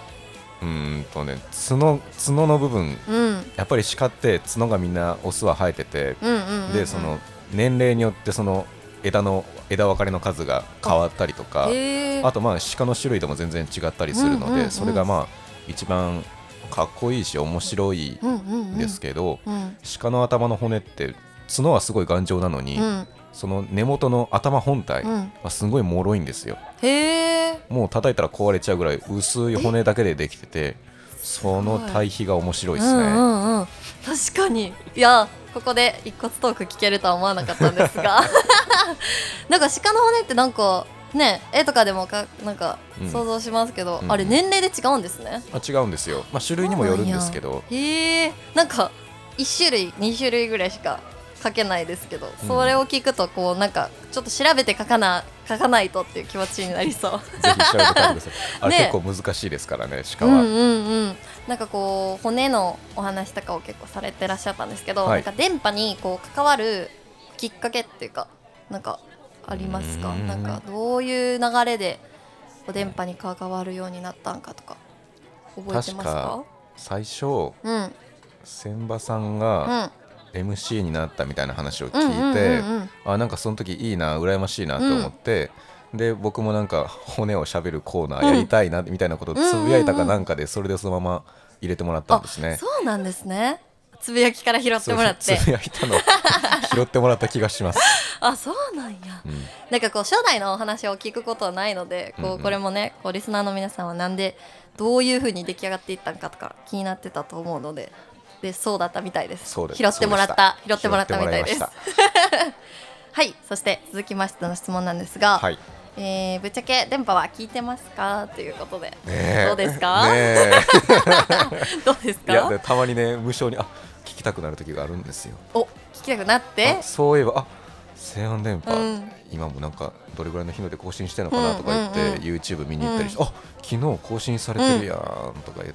角の部分、やっぱり鹿って角がみんなオスは生えてて、でその年齢によってその枝分かれの数が変わったりとか、あと鹿の種類でも全然違ったりするので、それが一番かっこいいし面白いんですけど、鹿の頭の骨って角はすごい頑丈なのに、その根元の頭本体はすごい脆いんですよ。もう叩いたら壊れちゃうぐらい薄い骨だけでできてて、その対比が面白いですね。 確かに。いや、ここで一骨トーク聞けるとは思わなかったんですがなんか鹿の骨ってなんかね、絵とかでもなんか想像しますけど、あれ年齢で違うんですね。 違うんですよ。種類にもよるんですけど、 なんか1種類2種類ぐらいしか書けないですけど、それを聞くとなんかちょっと調べて書かないとっていう気持ちになりそうぜひ調べてください。あれ結構難しいですからね、鹿は。 なんか骨のお話とかを結構されてらっしゃったんですけど、なんか電波に関わるきっかけっていうかなんかありますか？なんかどういう流れで電波に関わるようになったんかとか覚えてますか？ 確か最初、千葉さんが、MC になったみたいな話を聞いて、なんかその時いいな、羨ましいなと思って、で僕もなんか骨をしゃべるコーナーやりたいなみたいなことをつぶやいたかなんかで、それでそのまま入れてもらったんですね。 そうなんですね。つぶやきから拾ってもらって、 つぶやいたの拾ってもらった気がしますあ、そうなんや。なんか初代のお話を聞くことはないので、これもねリスナーの皆さんはなんでどういう風に出来上がっていったんかとか気になってたと思うので、そうだったみたいです。拾ってもらったみたいですはい。そして続きましての質問なんですが、ぶっちゃけ電波は聞いてますかということで、どうですか？どうですか？ いや、たまにね無性に聞きたくなる時があるんですよ。 聞きたくなって、 そういえば西安電波、今もなんかどれぐらいの頻度で更新してるのかなとか言って、YouTube 見に行ったりして、昨日更新されてるやんとか言って、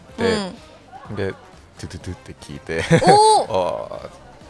でトゥトゥトゥって聞いて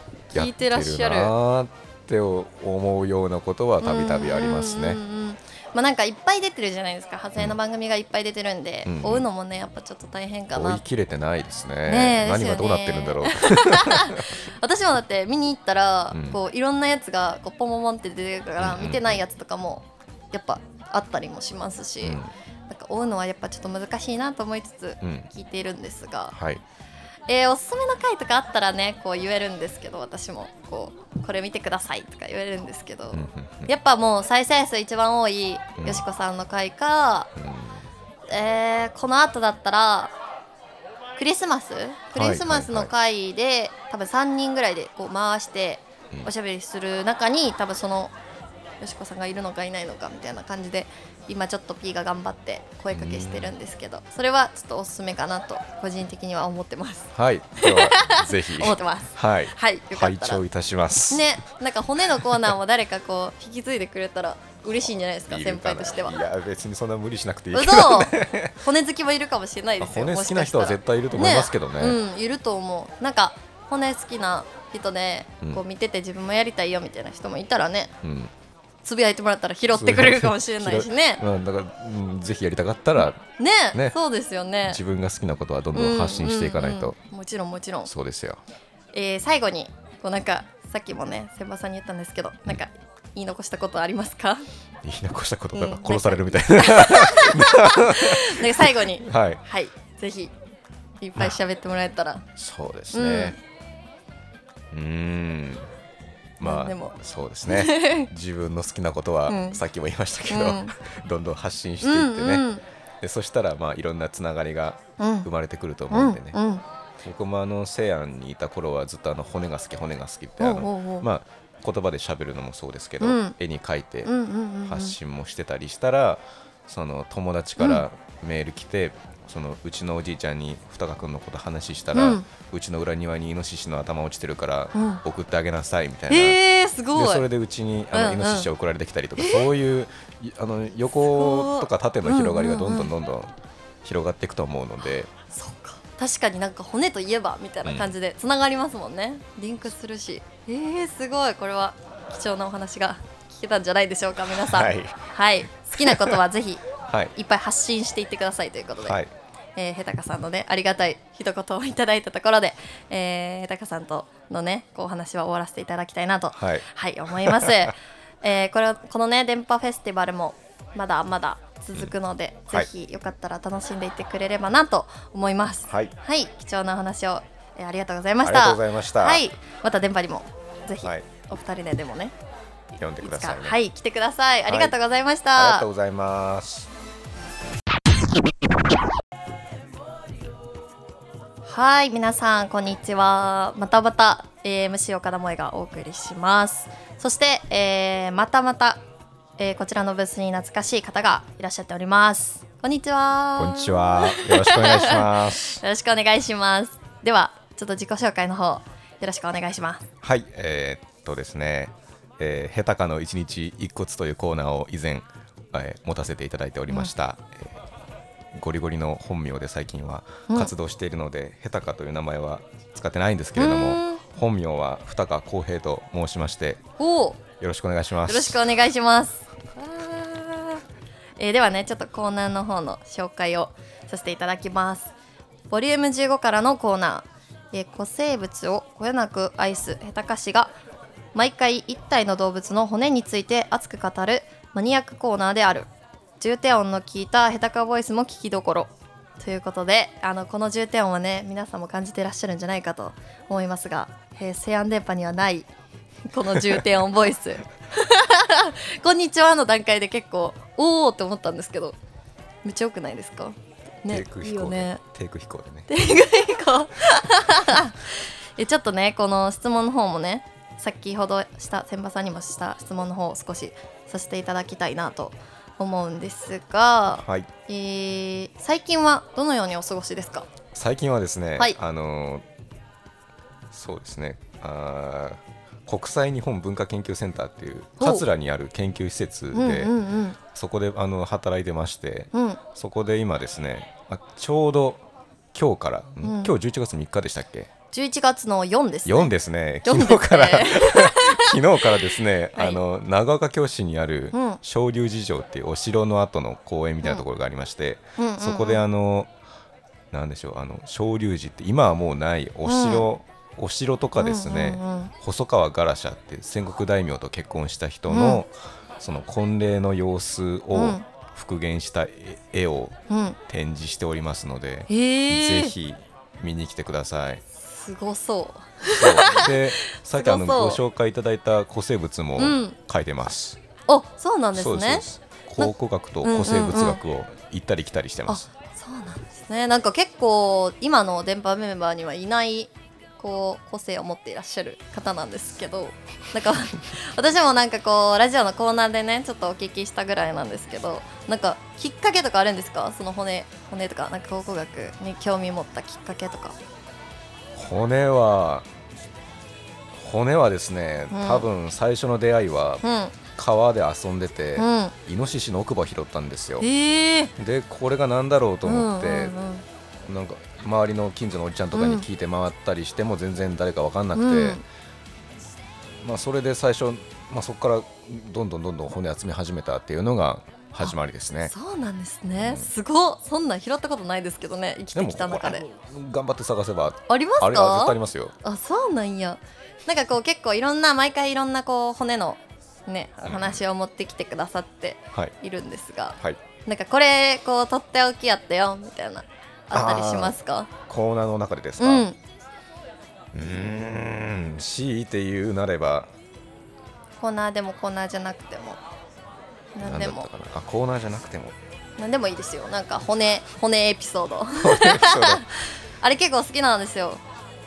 やってるなって思うようなことはたびたびありますね。 なんかいっぱい出てるじゃないですか。派生の番組がいっぱい出てるんで、追うのもねやっぱちょっと大変かな。 追い切れてないですね。何がどうなってるんだろう。 私もだって見に行ったら、こういろんなやつがこうポンポンポンって出てるから、見てないやつとかもやっぱあったりもしますし、なんか追うのはやっぱちょっと難しいなと思いつつ聞いているんですが、おすすめの回とかあったらねこう言えるんですけど、私もこれ見てくださいとか言えるんですけど、やっぱもう再生数一番多いよしこさんの回か、この後だったらクリスマスの回で多分3人ぐらいでこう回しておしゃべりする中に多分そのよしこさんがいるのかいないのかみたいな感じで今ちょっと P が頑張って声かけしてるんですけど、それはちょっとおすすめかなと個人的には思ってます。 はい、ではぜひ思ってます。 はい、 はい、よかったら拝聴いたしますね。なんか骨のコーナーも誰かこう引き継いでくれたら嬉しいんじゃないですか、先輩としては。 いや別にそんな無理しなくていいけどね。 骨好きもいるかもしれないですよ。 骨好きな人は絶対いると思いますけどね。 いると思う。なんか骨好きな人でこう見てて自分もやりたいよみたいな人もいたらね、つぶやいてもらったら拾ってくれるかもしれないしね。 だから、ぜひやりたかったらね、そうですよね。 自分が好きなことはどんどん発信していかないと。 もちろんもちろん。 そうですよ。 最後にこうなんかさっきもね千葉さんに言ったんですけど、なんか言い残したことありますか？ 言い残したことが殺されるみたいな。 最後にはい、 ぜひいっぱい喋ってもらえたら。 そうですね。まあそうですね。自分の好きなことはさっきも言いましたけど、どんどん発信していってね。でそしたらまあいろんなつながりが生まれてくると思うんでね。僕も西安にいた頃はずっと骨が好きってまあ言葉で喋るのもそうですけど、絵に描いて発信もしてたりしたら、その友達からメール来て、そのうちのおじいちゃんに二川君のこと話したら、うちの裏庭にイノシシの頭落ちてるから送ってあげなさいみたいな。 すごい。 でそれでうちにイノシシ送られてきたりとか、そういう横とか縦の広がりがどんどん広がっていくと思うので。 そうか、確かになんか骨といえばみたいな感じでつながりますもんね。リンクするし、すごい。これは貴重なお話が聞けたんじゃないでしょうか皆さん。はい、好きなことはぜひいっぱい発信していってくださいということで、へたかさんのねありがたい一言をいただいたところで、へたかさんとのねこうお話は終わらせていただきたいなと思います。このね電波フェスティバルもまだまだ続くので、ぜひよかったら楽しんでいってくれればなと思います。貴重なお話を、ありがとうございました。 ありがとうございました。 また電波にもぜひ、お二人でもね呼んでくださいね。 来てください。ありがとうございました。 ありがとうございます。 はい、皆さんこんにちは。またまた、MC 岡田萌がお送りします。そして、またまた、こちらのブースに懐かしい方がいらっしゃっております。こんにちは。 こんにちは。よろしくお願いします。 よろしくお願いします。ではちょっと自己紹介の方よろしくお願いします。 はい、ですね、へたかの一日一骨というコーナーを以前、持たせていただいておりました。ゴリゴリの本名で最近は活動しているので、へたかという名前は使ってないんですけれども、本名は二川浩平と申しまして、よろしくお願いします。 よろしくお願いします。ではねちょっとコーナーの方の紹介をさせていただきます。ボリューム15からのコーナー、古生物をこよなく愛すへたかしが毎回一体の動物の骨について熱く語るマニアックコーナーである。重低音の効いたへたかボイスも聞きどころということで、この重低音はね皆さんも感じていらっしゃるんじゃないかと思いますが、西安電波にはないこの重低音ボイスこんにちはの段階で結構おーって思ったんですけど、めっちゃ良くないですかね。いいよね。 テイク飛行でね。 テイク飛行ちょっとねこの質問の方もね先ほどした千葉さんにもした質問の方を少しさせていただきたいなと思うんですが、最近はどのようにお過ごしですか？ 最近はですね、そうですね、国際日本文化研究センターっていう桂にある研究施設で、そこで働いてまして、そこで今ですね、ちょうど今日から、今日11月3日でしたっけ ？11月の4ですね。 4ですね。昨日からですね、長岡京市にある、 鍾龍寺城っていうお城の後の公園みたいなところがありまして、そこでなんでしょう、鍾龍寺って今はもうないお城とかですね、細川ガラシャって戦国大名と結婚した人の、その婚礼の様子を復元した絵を展示しておりますので、ぜひ見に来てください。 すごそうで、さっきご紹介いただいた古生物も書いてます。 あ、そうなんですね。 考古学と古生物学を行ったり来たりしてます。 そうなんですね。なんか結構今の電波メンバーにはいないこう個性を持っていらっしゃる方なんですけど、なんか私もなんかこうラジオのコーナーでねちょっとお聞きしたぐらいなんですけど、なんかきっかけとかあるんですか？その骨とかなんか考古学に興味持ったきっかけとか。 骨はですね、多分最初の出会いは川で遊んでて、イノシシの奥歯を拾ったんですよ。でこれが何だろうと思って、なんか周りの近所のおじちゃんとかに聞いて回ったりしても全然誰か分かんなくて、それで最初、そこからどんどん骨集め始めたっていうのが始まりですね。 そうなんですね、すごい。そんなん拾ったことないですけどね、生きてきた中で。 頑張って探せばありますか？ 絶対ありますよ。 あ、そうなんや。なんかこう結構毎回いろんなこう骨のね話を持ってきてくださっているんですが、なんかこれこうとっておきやったよみたいなあったりしますか？ コーナーの中でですか？強いて言うなれば、 コーナーでもコーナーじゃなくても何でも。 コーナーじゃなくても何でもいいですよ。なんか骨エピソードあれ結構好きなんですよ。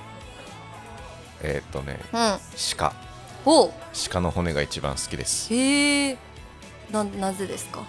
鹿の骨が一番好きです。 なぜですか？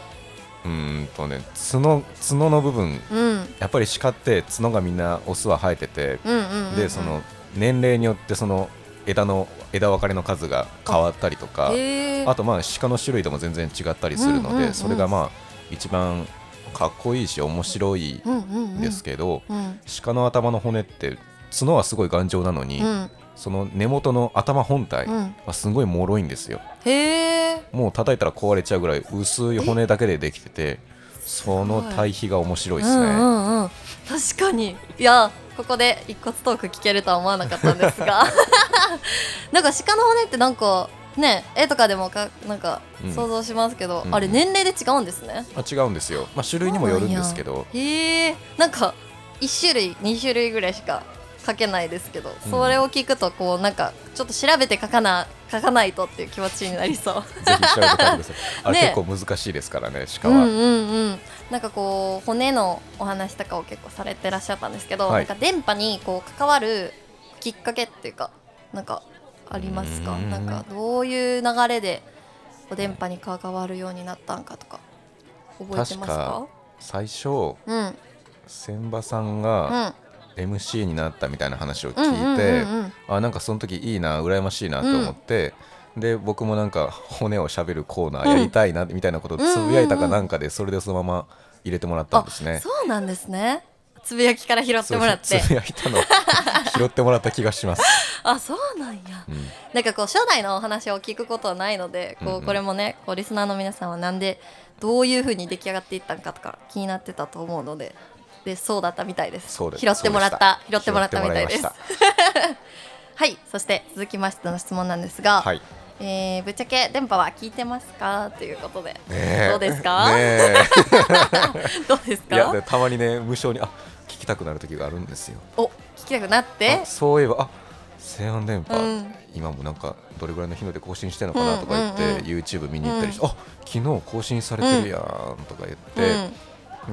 角の部分、やっぱり鹿って角がみんなオスは生えてて、でその年齢によってその枝分かれの数が変わったりとか、あと鹿の種類でも全然違ったりするので、それが一番かっこいいし面白いんですけど、鹿の頭の骨って角はすごい頑丈なのに、その根元の頭本体はすごい脆いんですよ。もう叩いたら壊れちゃうぐらい薄い骨だけでできてて、その対比が面白いですね。 確かに。いや、ここで一骨トーク聞けるとは思わなかったんですがなんか鹿の骨ってなんかね、絵とかでもなんか想像しますけど、あれ年齢で違うんですね。 違うんですよ。種類にもよるんですけど、 なんか1種類2種類ぐらいしか書けないですけど、それを聞くとこうなんかちょっと調べて書かないとっていう気持ちになりそう。 ぜひ調べて書いてください。あれ結構難しいですからね、鹿は。 なんかこう骨のお話とかを結構されてらっしゃったんですけど、なんか電波にこう関わるきっかけっていうかなんかありますか？なんかどういう流れで電波に関わるようになったんかとか覚えてますか？ 確か最初、千葉さんが、MC になったみたいな話を聞いて、なんかその時いいな、羨ましいなと思って、で僕もなんか骨をしゃべるコーナーやりたいなみたいなことをつぶやいたかなんかで、それでそのまま入れてもらったんですね。 そうなんですね。つぶやきから拾ってもらって。 つぶやいたの拾ってもらった気がします。 そうなんや。なんかこう初代のお話を聞くことはないので、これもね、こうリスナーの皆さんはなんでどういう風に出来上がっていったんかとか気になってたと思うので、そうだったみたいです。拾ってもらったみたいです。はい、そして続きましての質問なんですが、ぶっちゃけ電波は聞いてますかということで、どうですか？どうですか？ いや、たまにね、無性に聞きたくなる時があるんですよ。 聞きたくなって、 そういえば西安電波、今もなんかどれぐらいの頻度で更新してるのかなとか言って、YouTube 見に行ったりして、昨日更新されてるやんとか言って、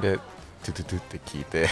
でトゥトゥトゥって聞いて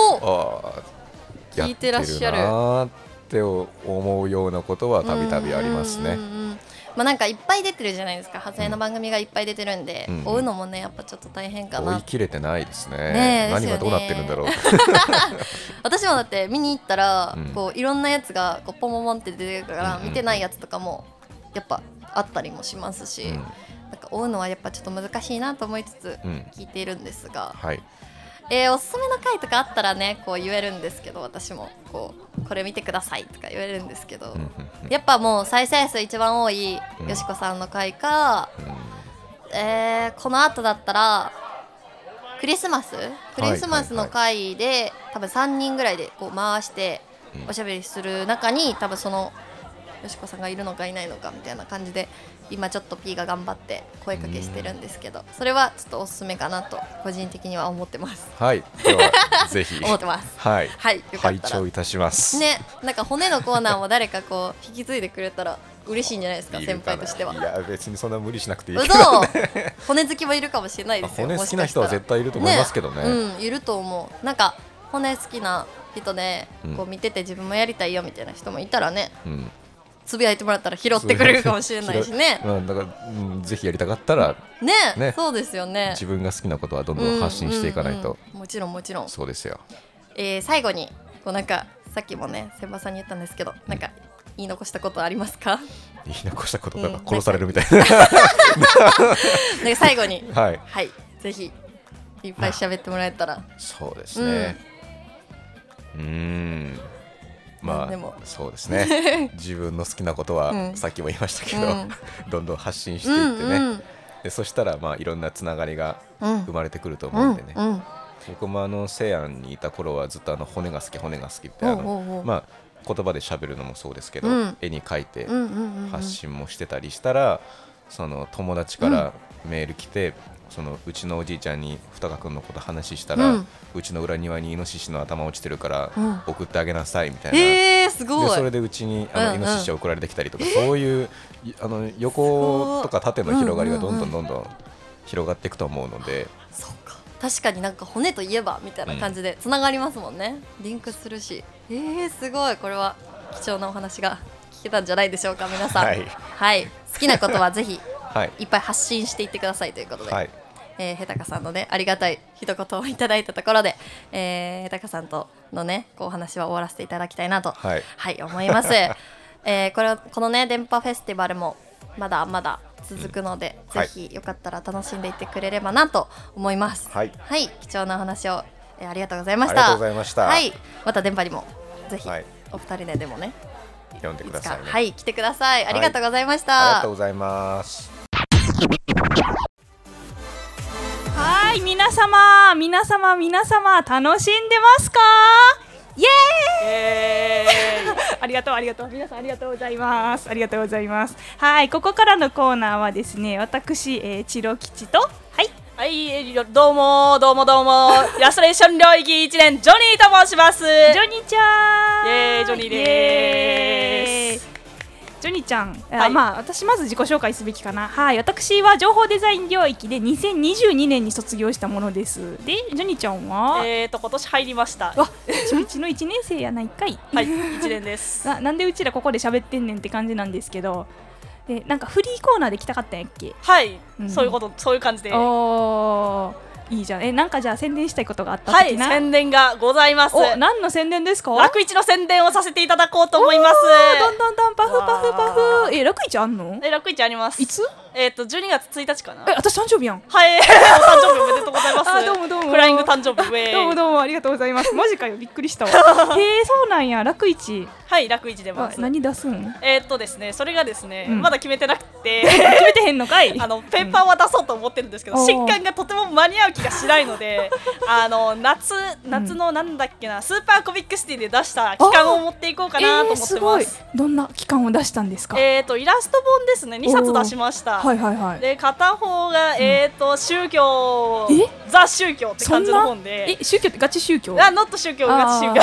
聞いてらっしゃるなって思うようなことはたびたびありますね。 なんかいっぱい出てるじゃないですか。派生の番組がいっぱい出てるんで、追うのもねやっぱちょっと大変かな。 追い切れてないですね。何がどうなってるんだろう私もだって見に行ったら、こういろんなやつがこうポンポンポンって出てくるから、見てないやつとかもやっぱあったりもしますし、なんか追うのはやっぱちょっと難しいなと思いつつ聞いているんですが、おすすめの回とかあったらねこう言えるんですけど、私もこれ見てくださいとか言えるんですけど、やっぱもう再生数一番多いよしこさんの回か、 この後だったらクリスマスの回で多分3人ぐらいでこう回しておしゃべりする中に多分そのよしこさんがいるのかいないのかみたいな感じで今ちょっと P が頑張って声かけしてるんですけど、それはちょっとおすすめかなと個人的には思ってます。 はい、ではぜひ思ってます。 はい、 はい、よかったら拝聴いたしますね。なんか骨のコーナーも誰かこう引き継いでくれたら嬉しいんじゃないですか、先輩としては。 いや別にそんな無理しなくていいけどね骨好きもいるかもしれないですよ。 骨好きな人は絶対いると思いますけどね。 いると思う。なんか骨好きな人でこう見てて自分もやりたいよみたいな人もいたらね、つぶやいてもらったら拾ってくれるかもしれないしね。 だから、ぜひやりたかったらね、そうですよね。 自分が好きなことはどんどん発信していかないと。 もちろんもちろん。 そうですよ。 最後にこうなんかさっきもね先輩さんに言ったんですけど、なんか言い残したことありますか？ 言い残したことが殺されるみたいな。なんか最後にはい、 ぜひいっぱい喋ってもらえたら。 そうですね。まあそうですね。自分の好きなことはさっきも言いましたけど、どんどん発信していってね。でそしたらまあいろんなつながりが生まれてくると思うんでね。僕も西安にいた頃はずっと骨が好きってまあ言葉で喋るのもそうですけど、絵に描いて発信もしてたりしたら、その友達からメール来て、そのうちのおじいちゃんに二川君のこと話したら、うちの裏庭にイノシシの頭落ちてるから送ってあげなさいみたいな。 すごい。 でそれでうちにイノシシ送られてきたりとか、そういう横とか縦の広がりがどんどん広がっていくと思うので。 そうか、確かになんか骨といえばみたいな感じでつながりますもんね。リンクするし、すごい。これは貴重なお話が聞けたんじゃないでしょうか、皆さん。はい、好きなことはぜひいっぱい発信していってくださいということで、へたかさんのねありがたい一言をいただいたところで、へたかさんとのねこうお話は終わらせていただきたいなと思います。このね電波フェスティバルもまだまだ続くので、ぜひよかったら楽しんでいってくれればなと思います。貴重なお話をありがとうございました。また電波にもぜひお二人でもね読んでくださいね。 来てください。ありがとうございました。 ありがとうございます。 はい、皆様楽しんでますか？イエーイありがとう皆さんありがとうございます。はい、ここからのコーナーはですね、私、チロ吉とどうもイラストレーション領域1年ジョニーと申します。ジョニーちゃん、 ジョニーです。 ジョニーちゃん、私まず自己紹介すべきかな。私は情報デザイン領域で2022年に卒業したものです。で、ジョニーちゃんは今年入りました。 うちの1年生やないかい。 1年です。 なんでうちらここで喋ってんねんって感じなんですけど、なんかフリーコーナーで来たかったんやっけ？ そういう感じで。 いいじゃん。なんかじゃあ宣伝したいことがあった的な？宣伝がございます。 何の宣伝ですか？ 楽市の宣伝をさせていただこうと思います。 どんパフ楽市あんの？ 楽市あります。 いつ ？12月1日かな。 私誕生日やん。 お誕生日おめでとうございます。 どうもフライング誕生日どうもありがとうございます。マジかよ、びっくりしたわ。そうなんや。楽市楽市出ます。 何出すん？ ですね、それがですね、まだ決めてなくて決めてへんのかい？ ペーパーは出そうと思ってるんですけど、新刊がとても間に合う気がしないので、夏のなんだっけな、スーパーコミックシティで出した期間を持っていこうかなと思ってます。 どんな期間を出したんですか？ イラスト本ですね、2冊出しました。で、片方が宗教、ザ宗教って感じの本で。 宗教ってガチ宗教？ ノット宗教、ガチ宗教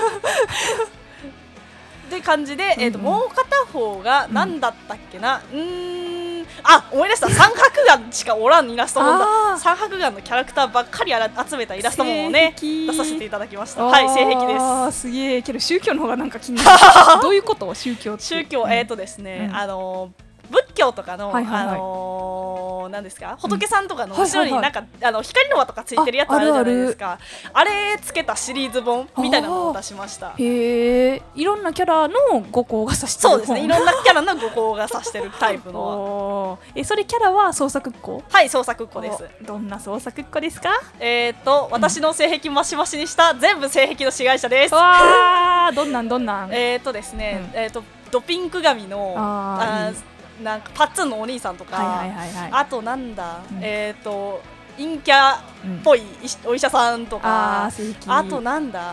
って感じで、もう片方が何だったっけな、思い出した。三白眼しかおらんイラスト本だ。三白眼のキャラクターばっかり集めたイラスト本をね出させていただきました。性癖です。 すげえ。けど宗教の方がなんか気になる。どういうこと？宗教ですね、仏教とかの何ですか、仏さんとかの後ろになんか光の輪とかついてるやつあるじゃないですか。あれつけたシリーズ本みたいなのを出しました。 いろんなキャラの五行が指してる本。 そうですね、いろんなキャラの五行が指してるタイプの。 それキャラは創作っ子？ 創作っ子です。 どんな創作っ子ですか？ 私の性癖マシマシにした全部性癖の志願者です。 どんなん？ ですね、ドピンク髪のなんかパッツンのお兄さんとか、 はいはいはいはい、 あとなんだ、陰キャっぽいお医者さんとか、あとなんだ、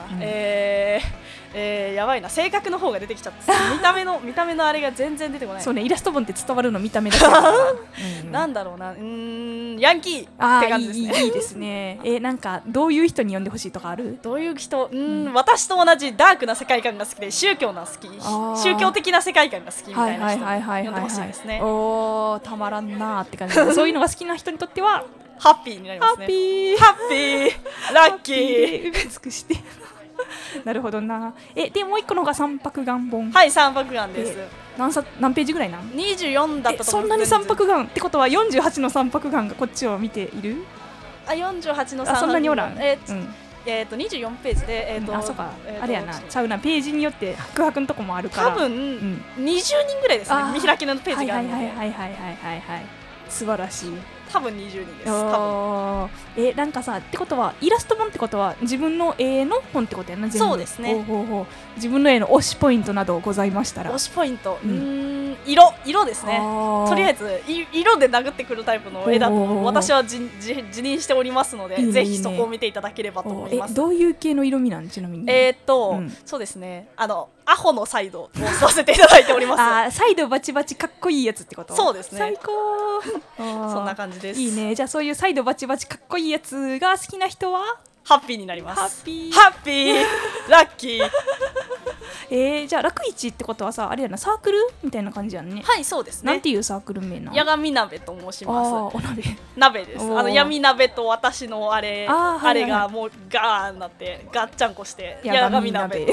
やばいな、性格の方が出てきちゃった見た目のあれが全然出てこない。 そうね、イラスト本って伝わるの見た目だけだからなんだろうな、ヤンキーって感じですね。 いいですね。なんかどういう人に読んでほしいとかある？ どういう人？私と同じダークな世界観が好きで、宗教的な世界観が好きみたいな人に読んでほしいですね。 おー、たまらんなーって感じでそういうのが好きな人にとってはハッピーになりますね。ハッピーラッキー埋め尽くしてなるほどな。でもう一個の方が三白眼本。 はい、三白眼です。 何ページぐらいなん ？24だったと思う。 そんなに三白眼ってことは48の三白眼がこっちを見ている？ あ、48の三白眼。 そんなにおらん。 24ページで、 あ、そうか、あれやな、ちゃうな、ページによって白白のとこもあるから、 多分20人ぐらいですね。見開きのページがあるので。 はい、素晴らしい。 多分20人です。多分。なんかさ、ってことはイラスト本ってことは自分の絵の本ってことやな。全部。 そうですね。 自分の絵の推しポイントなどございましたら。 推しポイント、色ですね。とりあえず色で殴ってくるタイプの絵だと私は自認しておりますので、ぜひそこを見ていただければと思います。 どういう系の色味なん？ちなみに。 そうですね。アホのサイドをさせていただいております。 サイドバチバチかっこいいやつってこと？ そうですね。 最高。 そんな感じです。 いいね。じゃあそういうサイドバチバチかっこいいやつが好きな人はハッピーになります。 ハッピーラッキー。じゃあ楽市ってことはさ、あれやな、サークルみたいな感じやんね。 はい、そうですね。 なんていうサークル名なの？ 八神鍋と申します。 お鍋。 鍋です。闇鍋と私のあれがもうガーンなってガッチャンコして八神鍋。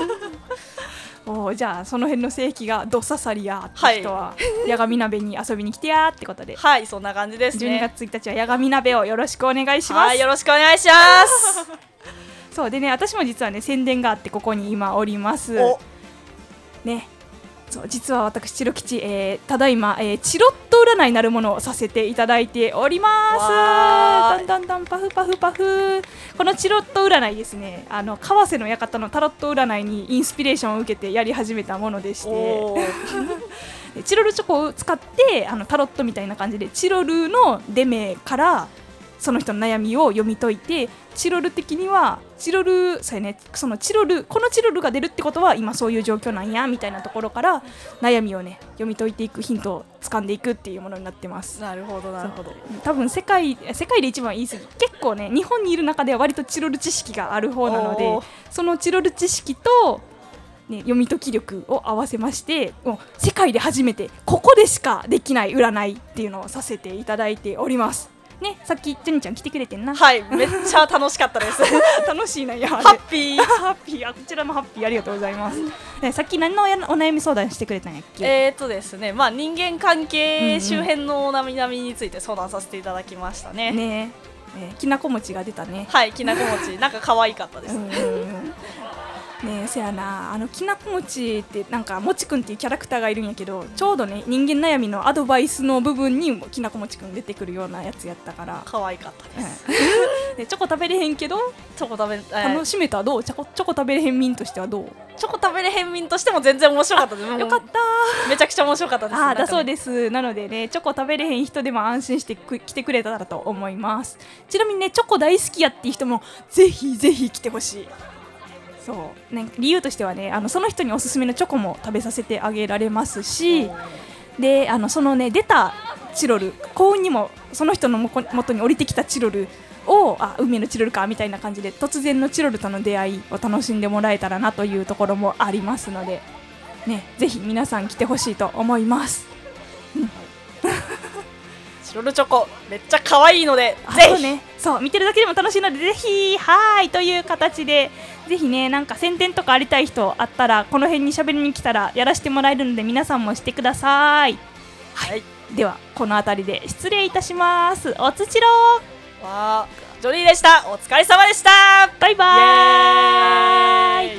じゃあその辺の性域がどっささりやって人は八神鍋に遊びに来てやってことで、 はい、そんな感じですね。 12月1日は八神鍋をよろしくお願いします。 はい、よろしくお願いしますそうでね、私も実はね宣伝があってここに今おりますね。そう、実は私チロ吉、ただいま、チロット占いなるものをさせていただいております。だんだんパフパフパフ。このチロット占いですね、川瀬の館のタロット占いにインスピレーションを受けてやり始めたものでしてチロルチョコを使ってタロットみたいな感じでチロルの出目からその人の悩みを読み解いて、チロル的にはチロル、そうやね、このチロルが出るってことは今そういう状況なんやみたいなところから悩みをね読み解いていくヒントを掴んでいくっていうものになってます。 なるほどなるほど。 多分世界で一番言い過ぎ、結構ね日本にいる中では割とチロル知識がある方なので、そのチロル知識とね、読み解き力を合わせまして、もう世界で初めてここでしかできない占いっていうのをさせていただいておりますね。さっきジョニーちゃん来てくれてんな。 はい、めっちゃ楽しかったです楽しいな。いや、 ハッピーハッピー。こちらもハッピー、ありがとうございますさっき何のお悩み相談してくれたんやっけ？ ですね、まあ人間関係周辺のお悩みについて相談させていただきましたね。 きなこ餅が出たね。 はい、きなこ餅なんか可愛かったですね。せやな、きなこ餅ってなんかもちくんっていうキャラクターがいるんやけど、ちょうどね人間悩みのアドバイスの部分にきなこ餅くん出てくるようなやつやったから可愛かったです、 でチョコ食べれへんけど楽しめた。どう？チョコ食べれへん民としてはどう？ チョコ食べれへん民としても全然面白かったです。 よかった、 めちゃくちゃ面白かったです。 だそうです。なのでね、チョコ食べれへん人でも安心して来てくれたらと思います。ちなみにね、チョコ大好きやっていう人もぜひぜひ来てほしい。そうね、理由としてはね、その人におすすめのチョコも食べさせてあげられますし、でそのね出たチロル、幸運にもその人の元に降りてきたチロルを運命のチロルかみたいな感じで突然のチロルとの出会いを楽しんでもらえたらなというところもありますので、ね、ぜひ皆さん来てほしいと思います、 チロルチョコめっちゃ可愛いのでぜひ、 そう見てるだけでも楽しいのでぜひ、はいという形でぜひね、なんか宣伝とかありたい人あったらこの辺に喋りに来たらやらせてもらえるので皆さんもしてください。はい、ではこの辺りで失礼いたします。おつちろーわー、ジョリーでした。お疲れ様でした。 バイバーイ。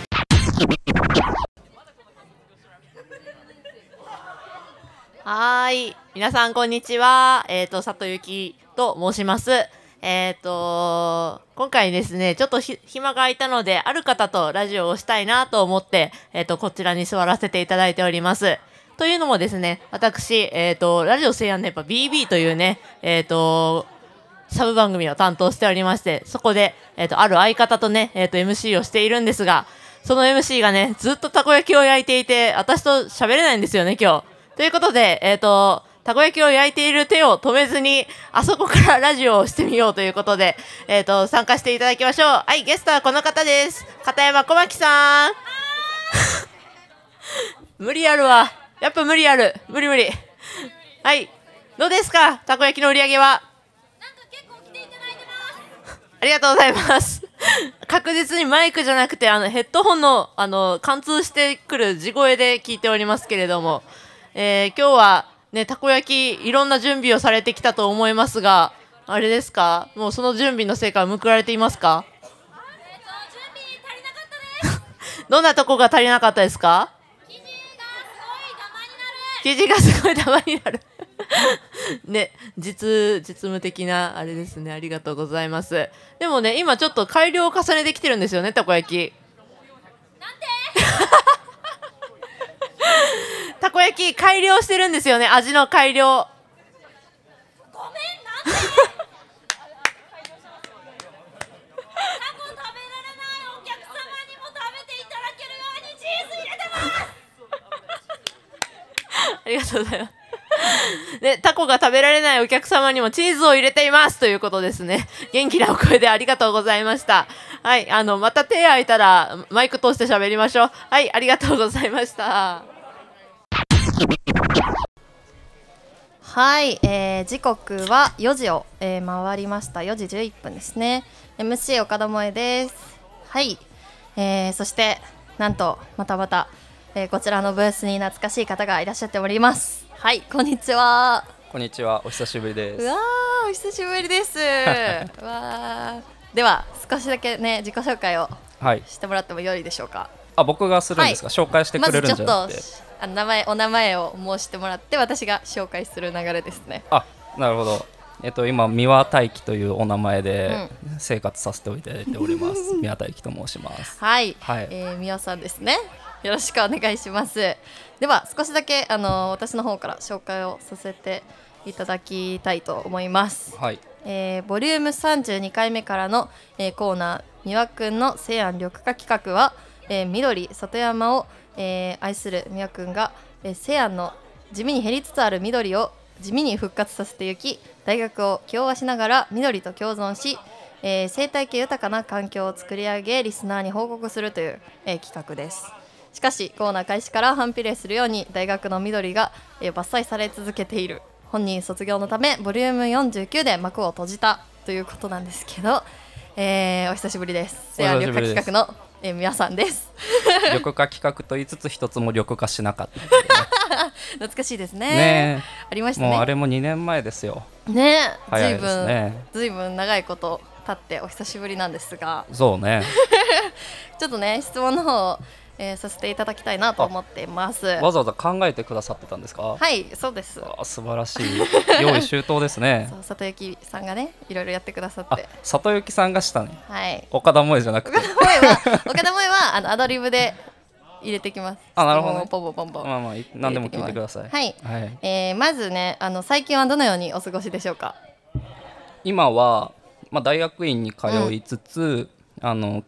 はい、皆さんこんにちは。佐藤ゆきと申します。今回ですね、ちょっと暇が空いたので、ある方とラジオをしたいなと思って、こちらに座らせていただいております。 というのもですね、私、ラジオ西安電波 BB というね、サブ番組を担当しておりまして、そこで、ある相方とね、MC をしているんですが、その MC がね、ずっとたこ焼きを焼いていて、私と喋れないんですよね、今日。ということで、たこ焼きを焼いている手を止めずに、あそこからラジオをしてみようということで、参加していただきましょう。はい、ゲストはこの方です。片山小牧さん。無理あるわ。やっぱ無理ある。無理。はい。どうですか、たこ焼きの売り上げは。ありがとうございます。確実にマイクじゃなくてヘッドホンの貫通してくる地声で聞いておりますけれども、今日はね、たこ焼きいろんな準備をされてきたと思いますが、あれですか、もうその準備の成果は報われていますか？どんなとこが足りなかったですか？生地がすごいダマになるね、実務的なあれですね。ありがとうございます。でもね、今ちょっと改良を重ねてきてるんですよね、たこ焼き。なんでたこ焼き改良してるんですよね、味の改良。ごめん、なんでタコ食べられないお客様にも食べていただけるようにチーズ入れてますありがとうございますで、タコが食べられないお客様にもチーズを入れていますということですね。元気なお声でありがとうございました。はい、また手空いたらマイク通して喋りましょう。はい、ありがとうございました。 はい、時刻は4時を、回りました。4時11分ですね。 MC 岡田萌です。はい、そしてなんとまた、こちらのブースに懐かしい方がいらっしゃっております。はい、こんにちは。 こんにちは、お久しぶりです。 うわー、お久しぶりですわー。では少しだけね、自己紹介をしてもらってもよいでしょうか。 あ、僕がするんですか、紹介してくれるんじゃなくて。 まずちょっとお名前を申してもらって私が紹介する流れですね。 あ、なるほど。今三輪大輝というお名前で生活させていただいております、三輪大輝と申します。 はい、三輪さんですね。よろしくお願いします。では少しだけ私の方から紹介をさせていただきたいと思います。 はい。 ボリューム32回目からの、コーナー三輪くんの西安緑化企画は、緑里山を、愛する三輪くんが、西安の地味に減りつつある緑を地味に復活させていき、大学を共和しながら緑と共存し、生態系豊かな環境を作り上げリスナーに報告するという、企画です。しかしコーナー開始から反比例するように大学の緑が、伐採され続けている。本人卒業のためボリューム49で幕を閉じたということなんですけど、お久しぶりです。西安緑化企画の、皆さんです緑化企画と言いつつ一つも緑化しなかった、ね、 懐かしいですね。ありましたね。 もうあれも2年前ですよね。 早いですね。 ずいぶん長いこと経ってお久しぶりなんですが、 そうねちょっとね、質問の方させていただきたいなと思っています。 わざわざ考えてくださってたんですか？ はい、そうです。 素晴らしい用意周到ですねそう、里幸さんがね、いろいろやってくださって。 里幸さんがしたね。 はい。 岡田萌じゃなくて岡田萌はアドリブで入れてきます。 あ、なるほど、ね、 ポンポンまあ何でも聞いてください。 はい、はい。まずね、最近はどのようにお過ごしでしょうか？ 今は、大学院に通いつつ、今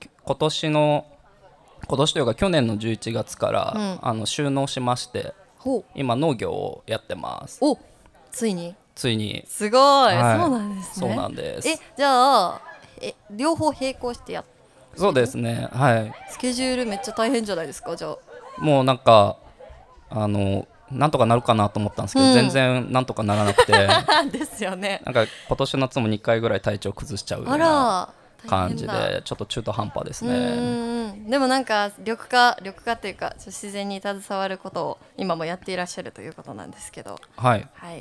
年というか去年の11月から、就農しまして、今農業をやってます。 お、ついにすごい、そうなんですね。 そうなんです。 じゃあ両方並行してやって？ そうですね、はい。 スケジュールめっちゃ大変じゃないですか？じゃあもうなんかなんとかなるかなと思ったんですけど、全然なんとかならなくてですよね。 なんか今年夏も2回ぐらい体調崩しちゃうような感じで、ちょっと中途半端ですね。 でもなんか緑化っていうか自然に携わることを今もやっていらっしゃるということなんですけど、 はい、 はい。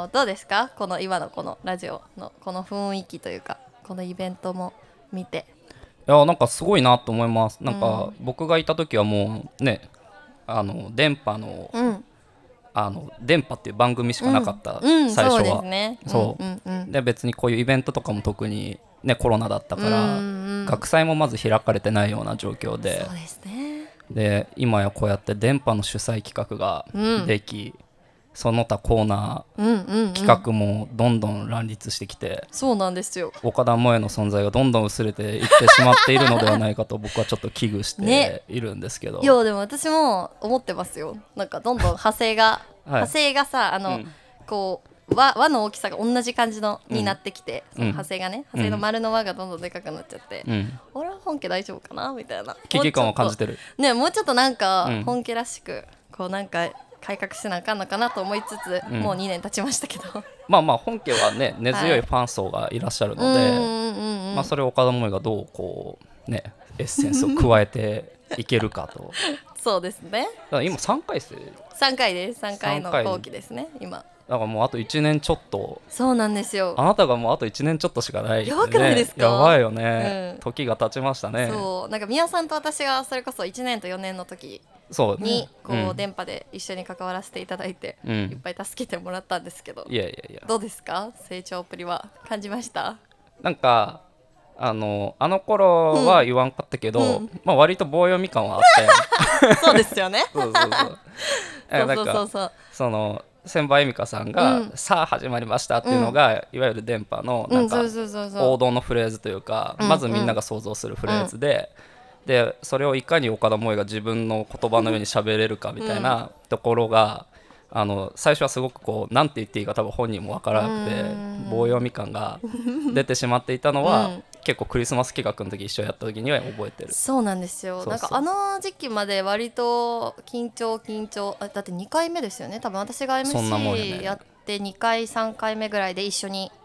どうですか、この今のこのラジオのこの雰囲気というか、このイベントも見て。 いや、なんかすごいなと思います。なんか僕がいた時はもうね、電波の、電波っていう番組しかなかった、最初は。そうですね。そう。で別にこういうイベントとかも特にね、コロナだったから、学祭もまず開かれてないような状況で。 そうですね。 で今やこうやって電波の主催企画ができ、その他コーナー、企画もどんどん乱立してきて、 そうなんですよ。 岡田萌の存在がどんどん薄れていってしまっているのではないかと僕はちょっと危惧しているんですけど、 いやでも私も思ってますよ。なんかどんどん派生が派生がさこう輪の大きさが同じ感じのになってきて、その派生がね、派生の丸の輪がどんどんでかくなっちゃって、俺は本家大丈夫かなみたいな危機感を感じてるね。もうちょっとなんか本家らしくこうなんか改革しなあかんのかなと思いつつ、もう2年経ちましたけどまあ本家はね根強いファン層がいらっしゃるので、それを岡田萌がどうこうねエッセンスを加えていけるかとそうですね。 だから今3回生 3回です。3回の後期ですね今。 だからもうあと1年ちょっと。 そうなんですよ。 あなたがもうあと1年ちょっとしかない、ね、 やばくないですか。 やばいよね、時が経ちましたね。 そうなんか宮さんと私がそれこそ1年と4年の時にこう電波で一緒に関わらせていただいて、いっぱい助けてもらったんですけど、 いやどうですか成長っぷりは感じました。 なんかあの頃は言わんかったけど、割と棒読み感はあってそうですよねそうその千葉恵美香さんが、さあ始まりましたっていうのが、いわゆる電波のなんか王道のフレーズというか、まずみんなが想像するフレーズで、でそれをいかに岡田萌が自分の言葉のように喋れるかみたいなところが、最初はすごくこうなんて言っていいか多分本人もわからなくて棒読み感が出てしまっていたのは、結構クリスマス企画の時一緒やった時には覚えてる。 そうなんですよ。なんかあの時期まで割と緊張だって2回目ですよね多分。私が MC やって2回3回目ぐらいで一緒に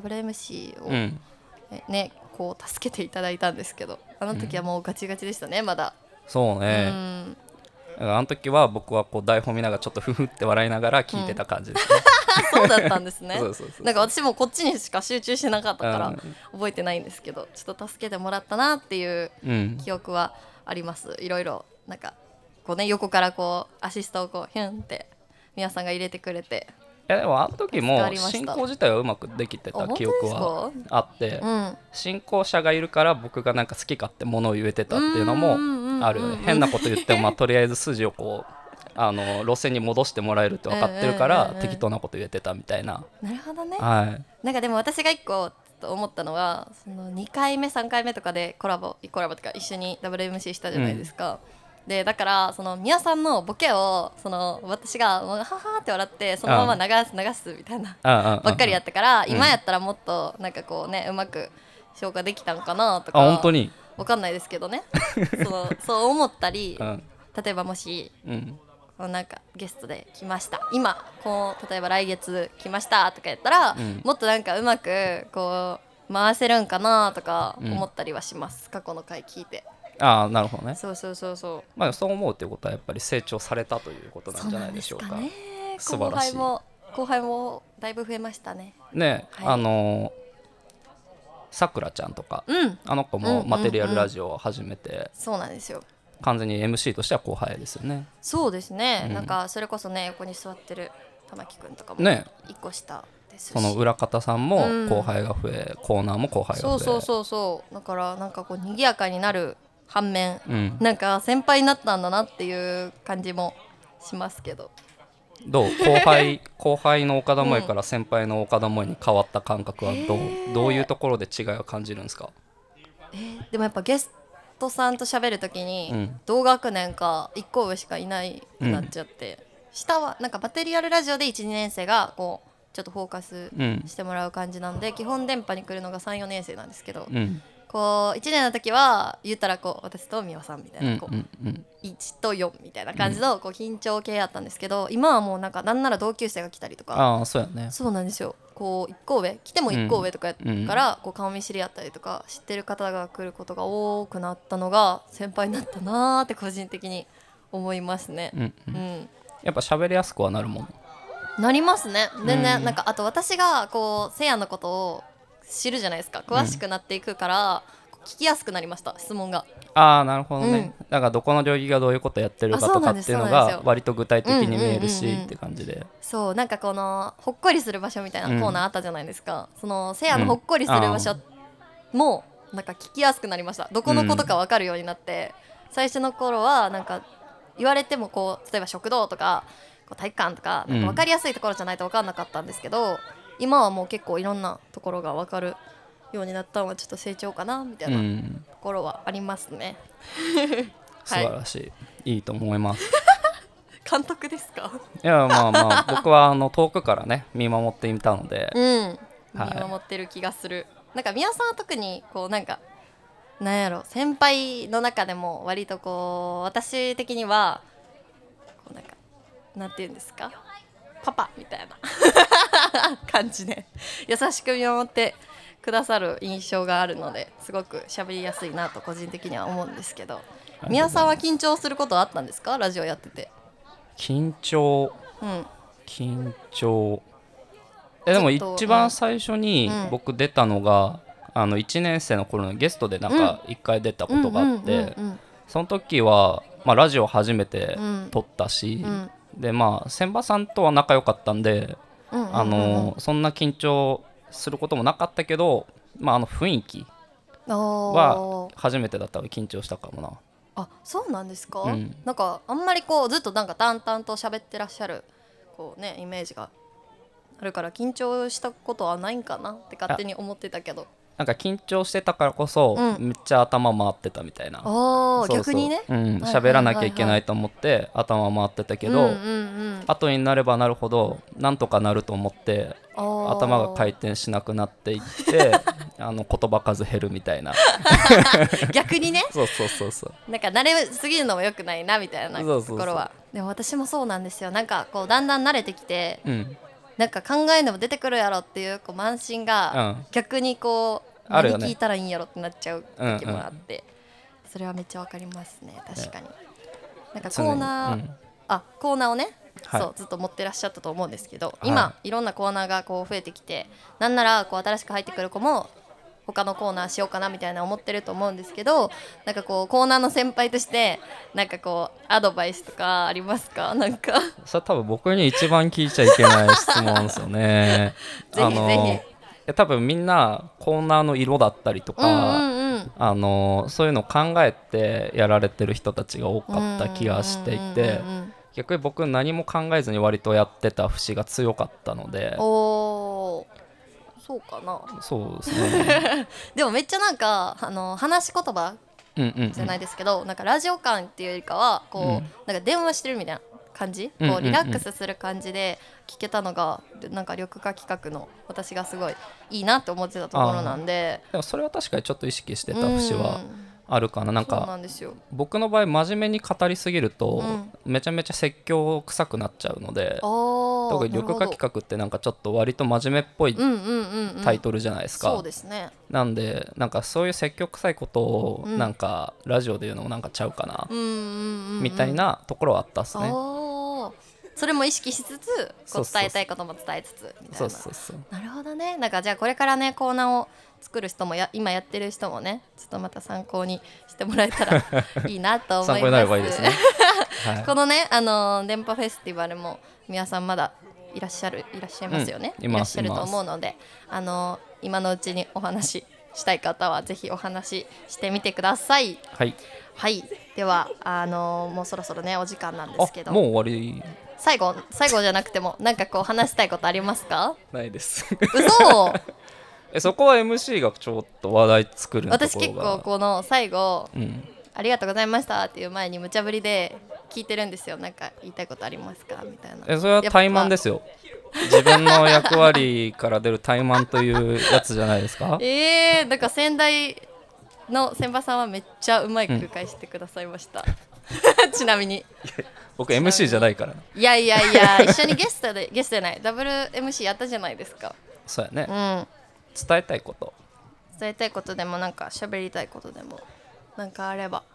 WMC をね、こう助けていただいたんですけど、あの時はもうガチガチでしたねまだ。 そうね、あの時は僕はこう台本見ながらちょっとフフって笑いながら聞いてた感じですね、 そうだったんですね。なんか私もこっちにしか集中してなかったから覚えてないんですけど、ちょっと助けてもらったなっていう記憶はあります。いろいろなんかこうね横からこうアシストをこうヒュンって皆さんが入れてくれて。 いやでもあの時も進行自体はうまくできてた記憶はあって、進行者がいるから僕がなんか好き勝手ものを言えてたっていうのもあるよね。変なこと言ってもとりあえず筋をこう路線に戻してもらえるって分かってるから適当なこと言えてたみたいな。 なるほどね、 なんかでも私が一個と思ったのはその2回目3回目とかでコラボっていうか一緒に WMC したじゃないですか、でだからその宮さんのボケをその私がははって笑ってそのまま流すみたいなばっかりやったから、今やったらもっとなんかこうねうまく消化できたのかなとか本当に分かんないですけどねそう思ったり、例えばもし、なんかゲストで来ました今こう例えば来月来ましたとかやったら、もっとなんかうまくこう回せるんかなとか思ったりはします、過去の回聞いて。 なるほどね。 そうそう思うということはやっぱり成長されたということなんじゃないでしょうか。素晴らしい。 後輩もだいぶ増えましたね。 さくらちゃんとか、あの子もマテリアルラジオを始めて、 そうなんですよ。 完全に MC としては後輩ですよね。 そうですね、なんかそれこそね横に座ってる玉木くんとかも1個下ですし、 その裏方さんも後輩が増え、コーナーも後輩が増え、 そうだからなんかこう賑やかになる反面、なんか先輩になったんだなっていう感じもしますけど。 どう後輩の岡田萌から先輩の岡田萌に変わった感覚はどういうところで違いを感じるんですか。 でもやっぱゲストさんと喋るときに、同学年か1個上しかいないくなっちゃって、下はなんかマテリアルラジオで 1,2 年生がこうちょっとフォーカスしてもらう感じなんで、基本電波に来るのが 3,4 年生なんですけど、こう1年の時は言ったらこう私と美輪さんみたいなこう1と4みたいな感じのこう緊張系やったんですけど、今はもうなんなら同級生が来たりとか、 そうやね、 そうなんですよ。こう1個上来ても1個上とかやったからこう顔見知りやったりとか知ってる方が来ることが多くなったのが先輩になったなーって個人的に思いますね。 やっぱ喋りやすくはなるもん。 なりますね。全然なんかあと私がこうせやのことを知るじゃないですか。詳しくなっていくから、聞きやすくなりました、質問が。 なるほどね、だからどこの領域がどういうことやってるかとかっていうのが割と具体的に見えるしって感じで、 そうなんかこのほっこりする場所みたいなコーナーあったじゃないですか、そのせやのほっこりする場所もなんか聞きやすくなりました。どこのことか分かるようになって、 最初の頃はなんか言われてもこう例えば食堂とかこう体育館とかなんか分かりやすいところじゃないと分かんなかったんですけど、今はもう結構いろんなところが分かるようになったのはちょっと成長かなみたいなところはありますね。 素晴らしい、いいと思います。 監督ですか？ いやまあまあ僕は遠くからね見守っていたので、 見守ってる気がする。なんか宮さんは特にこうなんかなんやろ先輩の中でも割とこう私的にはこうなんかなんていうんですかパパみたいな感じで優しく見守ってくださる印象があるのですごく喋りやすいなと個人的には思うんですけど、宮さんは緊張することはあったんですか？ラジオやってて。 緊張でも一番最初に僕出たのが、1年生の頃のゲストでなんか1回出たことがあって、その時は、まあ、ラジオ初めて撮ったし、でまあ千葉さんとは仲良かったんで、そんな緊張することもなかったけど、まあ、雰囲気は初めてだったら緊張したかもな。 あ、そうなんですか？なんかあんまりこうずっとなんか淡々と喋ってらっしゃるこうねイメージがあるから緊張したことはないんかなって勝手に思ってたけど、 なんか緊張してたからこそ、めっちゃ頭回ってたみたいな。 逆にね、 喋らなきゃいけないと思って頭回ってたけど、後になればなるほどなんとかなると思って頭が回転しなくなっていって言葉数減るみたいな逆にねそうなんか慣れすぎるのも良くないなみたいなところは。でも私もそうなんですよ。なんかこうだんだん慣れてきて、なんか考えるのも出てくるやろっていうこう慢心が逆にこう何聞いたらいいんやろってなっちゃう時もあって、それはめっちゃわかりますね。確かになんかコーナーをね、そうずっと持ってらっしゃったと思うんですけど、今いろんなコーナーがこう増えてきて、なんならこう新しく入ってくる子も他のコーナーしようかなみたいな思ってると思うんですけど、なんかこうコーナーの先輩としてなんかこうアドバイスとかありますか？なんかそれ多分僕に一番聞いちゃいけない質問ですよね。 ぜひぜひ多分みんなコーナーの色だったりとか、そういうのを考えてやられてる人たちが多かった気がしていて、逆に僕何も考えずに割とやってた節が強かったので。 そうかな。 そうですねでもめっちゃなんか話し言葉じゃないですけど、なんかラジオ感っていうよりかはこう、なんか電話してるみたいな感じ、こうリラックスする感じで聞けたのがなんか緑化企画の私がすごいいいなって思ってたところなんで。 でもそれは確かにちょっと意識してた節はあるかな。なんか僕の場合真面目に語りすぎるとめちゃめちゃ説教臭くなっちゃうので、特に緑化企画ってなんかちょっと割と真面目っぽいタイトルじゃないですか。 そうですね。 なんでなんかそういう説教臭いことをなんかラジオで言うのもなんかちゃうかなみたいなところはあったっすね。 それも意識しつつこう伝えたいことも伝えつつみたいな。なるほどね。なんかじゃあこれからねコーナーを作る人も今やってる人もねちょっとまた参考にしてもらえたらいいなと思います。 参考になればいいですね。 このね電波フェスティバルも皆さんまだいらっしゃいますよね。いらっしゃると思うので今のうちにお話ししたい方はぜひお話ししてみてください。はい、ではもうそろそろねお時間なんですけど。 もう終わり。 最後じゃなくてもなんかこう話したいことありますか？ ないです。 嘘そこは MC がちょっと話題作るのところが。 私結構この最後、ありがとうございましたっていう前に無茶ぶりで聞いてるんですよ。なんか言いたいことありますかみたいな。 それは怠慢ですよ。自分の役割から出る怠慢というやつじゃないですか。 だから先代の先輩さんはめっちゃうまいく返してくださいました、ちなみに僕 MC じゃないから。 いや一緒にゲストじゃないダブル MC やったじゃないですか。 そうやね、伝えたいことでもなんか喋りたいことでもなんかあれば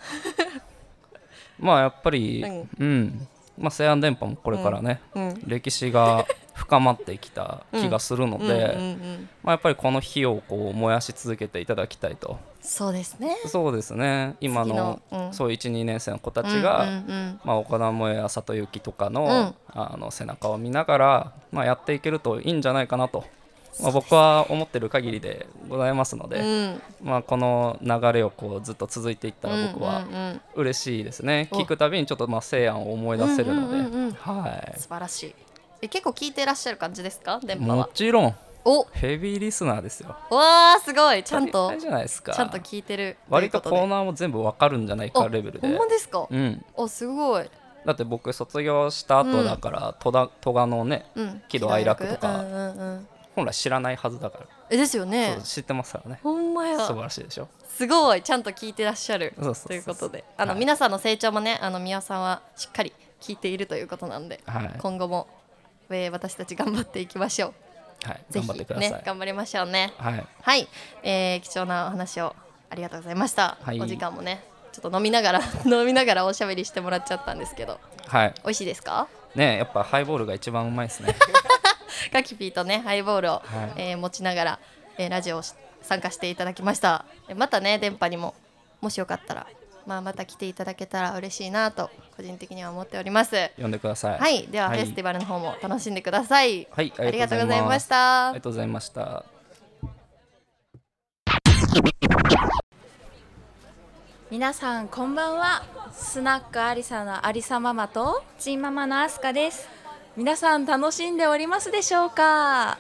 まあやっぱり西安電波もこれからね、歴史が深まってきた気がするので、やっぱりこの火をこう燃やし続けていただきたいと。 そうですね。 今のそう 1,2 年生の子たちが岡田萌や里幸とかの背中を見ながらやっていけるといいんじゃないかなと僕は思ってる限りでございますので、この流れをこうずっと続いていったら僕は嬉しいですね。聞くたびにちょっと西安を思い出せるので、 素晴らしい。結構聞いてらっしゃる感じですか、電波は？ もちろんヘビーリスナーですよ。 わーすごい、ちゃんとじゃないですか。 ちゃんと聞いてる。 割とコーナーも全部わかるんじゃないかレベルで。 ほんまですか？すごい。 だって僕卒業した後だから、戸賀のね、喜怒哀楽とか本来知らないはずだから。 ですよね。 知ってますからね。 ほんまや。 素晴らしいでしょ。 すごい、ちゃんと聞いてらっしゃるということで、皆さんの成長もね、宮尾さんはしっかり聞いているということなんで、今後も私たち頑張っていきましょう。 頑張ってください。 ね、頑張りましょうね。貴重なお話をありがとうございました。お時間もね、ちょっと飲みながらおしゃべりしてもらっちゃったんですけど、美味しいですか？ ね、やっぱハイボールが一番うまいですね。 カキピーとね、ハイボールを持ちながらラジオを参加していただきました。またね、電波にももしよかったらまた来ていただけたら嬉しいなと個人的には思っております。 呼んでください。 では、フェスティバルの方も楽しんでください。 ありがとうございました。 ありがとうございました。 皆さんこんばんは。スナックアリサのアリサママとチーママのアスカです。 皆さん楽しんでおりますでしょうか？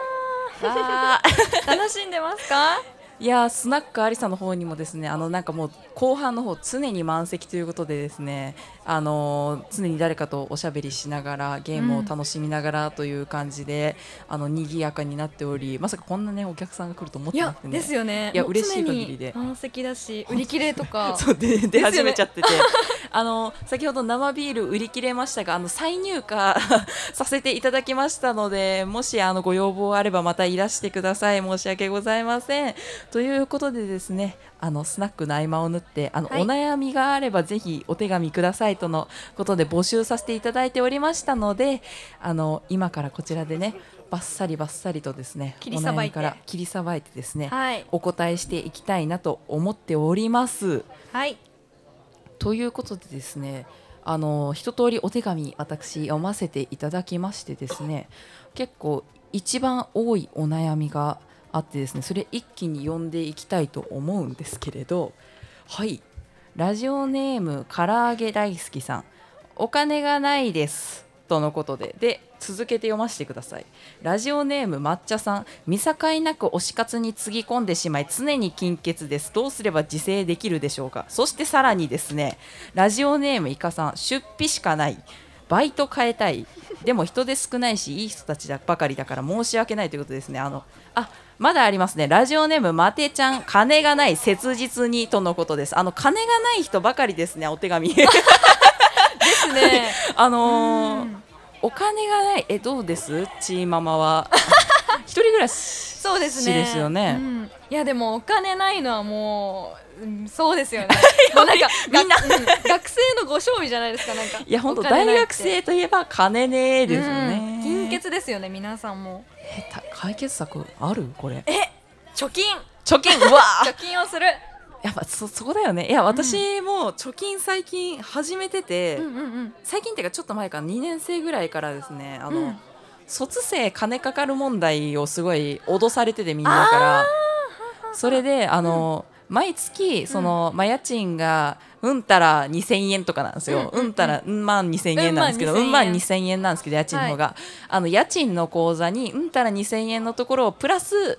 楽しんでますか？ いや、スナックアリサの方にもですね、なんかもう後半の方常に満席ということでですね、常に誰かとおしゃべりしながらゲームを楽しみながらという感じで、賑やかになっており、まさかこんなねお客さんが来ると思ってなくてね。 ですよね。 いや嬉しい限りで満席だし、売り切れとかそう出始めちゃってて、先ほど生ビール売り切れましたが、再入荷させていただきましたので、もしご要望あればまたいらしてください。申し訳ございません。ということでですね、スナックの合間を縫ってお悩みがあればぜひお手紙くださいとのことで募集させていただいておりましたので、今からこちらでねバッサリとですね、 切りさばいてお悩みから切りさばいてですね、お答えしていきたいなと思っております。ということでですね、一通りお手紙私読ませていただきましてですね、結構一番多いお悩みがあってですね、それ一気に読んでいきたいと思うんですけれど、ラジオネーム唐揚げ大好きさん、お金がないですとのことで続けて読ませてください。ラジオネーム抹茶さん、見境なく推し活につぎ込んでしまい常に金欠です。どうすれば自制できるでしょうか。そしてさらにですね、ラジオネームイカさん、出費しかない、バイト変えたい、でも人手少ないしいい人たちばかりだから申し訳ないということですね。まだありますね。ラジオネームマテちゃん、金がない切実にとのことです。金がない人ばかりですね、お手紙ですね。お金がない、どうですチーママは一人暮らしそうですね。 ですよね。 いやでもお金ないのはもう、そうですよね。もうなんかみんな学生のご賞味じゃないですか。なんかいや本当大学生といえば金ねですよね。 金欠ですよね、皆さんも。 解決策あるこれ？ 貯金うわ貯金をする。 やっぱそこだよね。いや私も貯金最近始めてて、最近っていうかちょっと前から2年生ぐらいからですね、卒生金かかる問題をすごい脅されてて、みんなから。それで毎月家賃がうんたら2000円とかなんですよ。うんたら万2000円なんですけど、万2000円なんですけど、家賃の方が家賃の口座にうんたら2000円のところをプラス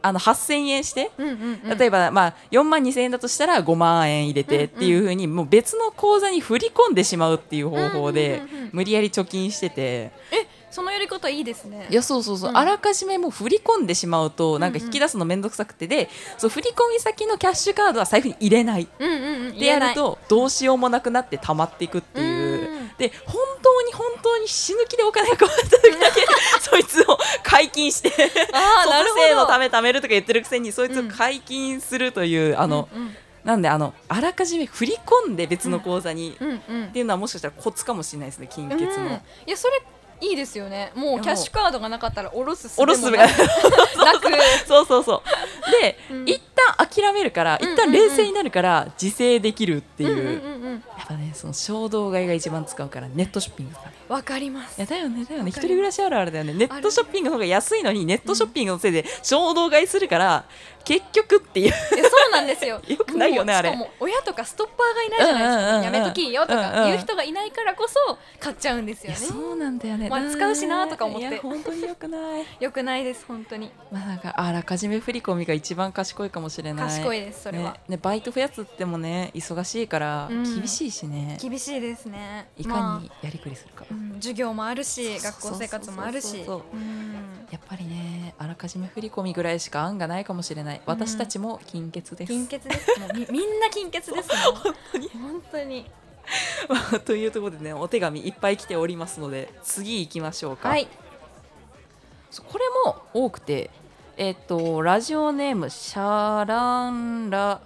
8000円して、例えば4万2000円だとしたら5万円入れてっていう風に、もう別の口座に振り込んでしまうっていう方法で無理やり貯金してて。 そのやり方いいですね。 いやそう、あらかじめもう振り込んでしまうとなんか引き出すのめんどくさくて、で振り込み先のキャッシュカードは財布に入れないでやるとどうしようもなくなって溜まっていくっていう。で本当に死ぬ気でお金がかかった時だけそいつを解禁して卒生のため貯めるとか言ってるくせにそいつを解禁するというなんであらかじめ振り込んで別の口座にっていうのはもしかしたらコツかもしれないですね、金欠の。 いやそれいいですよね。もうキャッシュカードがなかったら下ろすすべもなくそうで、一旦諦めるから、一旦冷静になるから自制できるっていうやっぱねその衝動買いが一番使うからネットショッピングとかね。 わかります。 いやだよね一人暮らしあるあるだよね。ネットショッピングの方が安いのにネットショッピングのせいで衝動買いするから結局っていうそうなんですよ。 よくないよねあれ。 しかも親とかストッパーがいないじゃないですか。やめときよとか言う人がいないからこそ買っちゃうんですよね。 そうなんだよね。 まあ使うしなとか思って。 いや本当に良くない。 良くないです本当に。 まあなんかあらかじめ振り込みが一番賢いかもしれない。 賢いですそれは。 ねバイト増やすってもね忙しいから厳しいしね。 厳しいですね。 いかにやりくりするか。 授業もあるし学校生活もあるし。 やっぱりねあらかじめ振り込みぐらいしか案がないかもしれない。私たちも金欠です。 金欠です。もうみんな金欠ですね。本当に。 というところでねお手紙いっぱい来ておりますので次行きましょうか。 はい。 これも多くてラジオネームシャランラ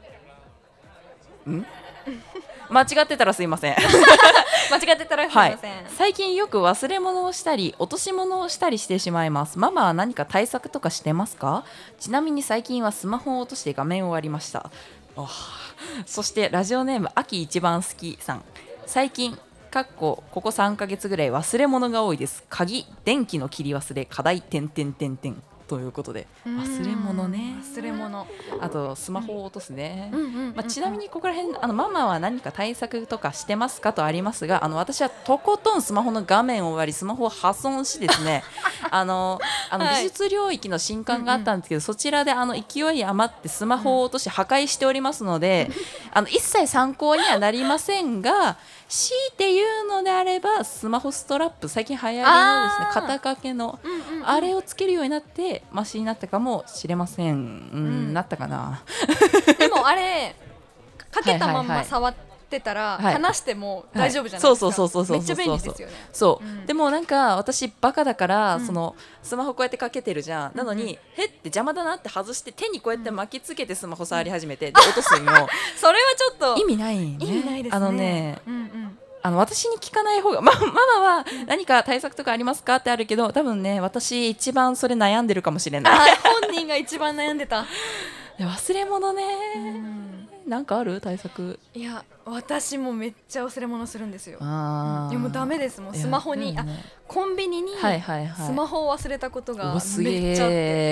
間違ってたらすいません。 間違ってたらすいません、はい、 最近よく忘れ物をしたり落とし物をしたりしてしまいます。ママは何か対策とかしてますか？ちなみに最近はスマホを落として画面を割りました。そしてラジオネーム秋一番好きさん、最近ここ3ヶ月ぐらい忘れ物が多いです。鍵、電気の切り忘れ、課題ということで忘れ物ね。 忘れ物、 あとスマホを落とすね。ちなみにここら辺ママは何か対策とかしてますかとありますが、私はとことんスマホの画面を割りスマホを破損しですね美術領域の新刊があったんですけど、そちらで勢い余ってスマホを落とし破壊しておりますので一切参考にはなりませんが、強いて言うのであればスマホストラップ、最近流行りのですね肩掛けのあれをつけるようになってマシになったかもしれません。なったかな。 でもあれかけたまんま触ってたら離しても大丈夫じゃないですか。 そうめっちゃ便利ですよね。 でもなんか私バカだからそのスマホこうやってかけてるじゃん。なのにへって邪魔だなって外して手にこうやって巻きつけてスマホ触り始めてで落とすのそれはちょっと意味ないね。 意味ないですね。 私に聞かない方が、ママは何か対策とかありますかってあるけど、多分ね私一番それ悩んでるかもしれない。 本人が一番悩んでた。 忘れ物ね。なんかある対策？ いや私もめっちゃ忘れ物するんですよ。いやもうダメです。もうスマホにコンビニにスマホを忘れたことがめっちゃあって、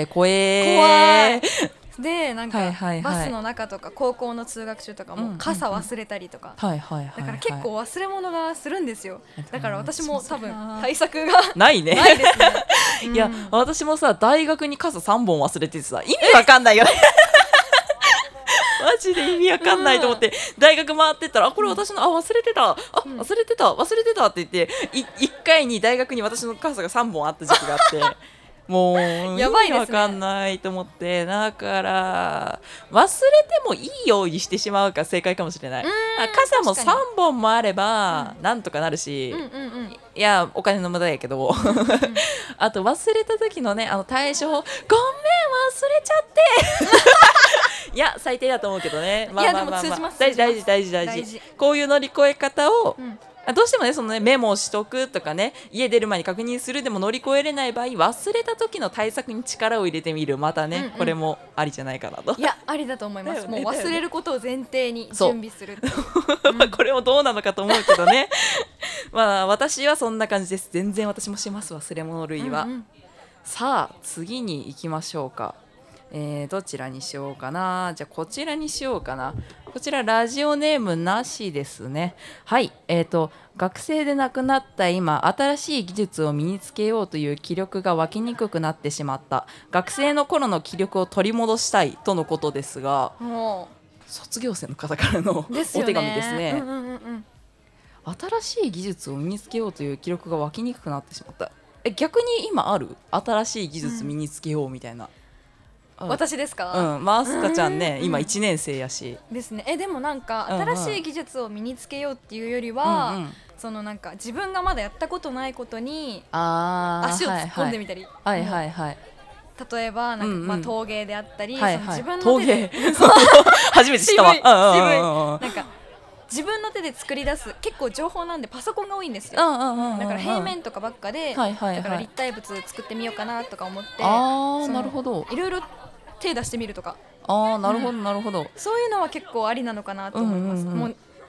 怖い。 でなんかバスの中とか高校の通学中とかも傘忘れたりとか、だから結構忘れ物がするんですよ。だから私も多分対策がないね。 ないですね。 いや私もさ大学に傘3本忘れててさ意味わかんないよね。マジで意味わかんないと思って大学回ってったらこれ私の忘れてたって言って1回に大学に私の傘が3本あった時期があってもうやばいですね。 わかんないと思って、だから忘れてもいいようにしてしまうが正解かもしれない。傘も3本もあればなんとかなるし、いやお金の無駄やけどあと忘れた時のね対処法、ごめん忘れちゃっていや最低だと思うけどね。 いやでも通じます。 大事。こういう乗り越え方をどうしてもねそのねメモしとくとかね家出る前に確認するでも乗り越えれない場合忘れた時の対策に力を入れてみる、またね、これもありじゃないかなと。 いやありだと思います。もう忘れることを前提に準備するこれもどうなのかと思うけどね私はそんな感じです。全然私もします忘れ物類は。さあ次に行きましょうか。どちらにしようかな。じゃあこちらにしようかな。こちらラジオネームなしですね。はい、学生でなくなった今新しい技術を身につけようという気力が湧きにくくなってしまった。学生の頃の気力を取り戻したいとのことですが、卒業生の方からのお手紙ですね。新しい技術を身につけようという気力が湧きにくくなってしまった。逆に今ある？新しい技術身につけようみたいな。 私ですか？ マスカちゃんね、今1年生やしですね。でもなんか新しい技術を身につけようっていうよりは、そのなんか自分がまだやったことないことに足を突っ込んでみたり、例えばなんか陶芸であったり、自分の手で初めて知ったわ。 なんか自分の手で作り出す、結構情報なんでパソコンが多いんですよ。だから平面とかばっかで、だから立体物作ってみようかなとか思って、 なるほど、 いろいろ手出してみるとか。 なるほどなるほど。 そういうのは結構ありなのかなと思います。もう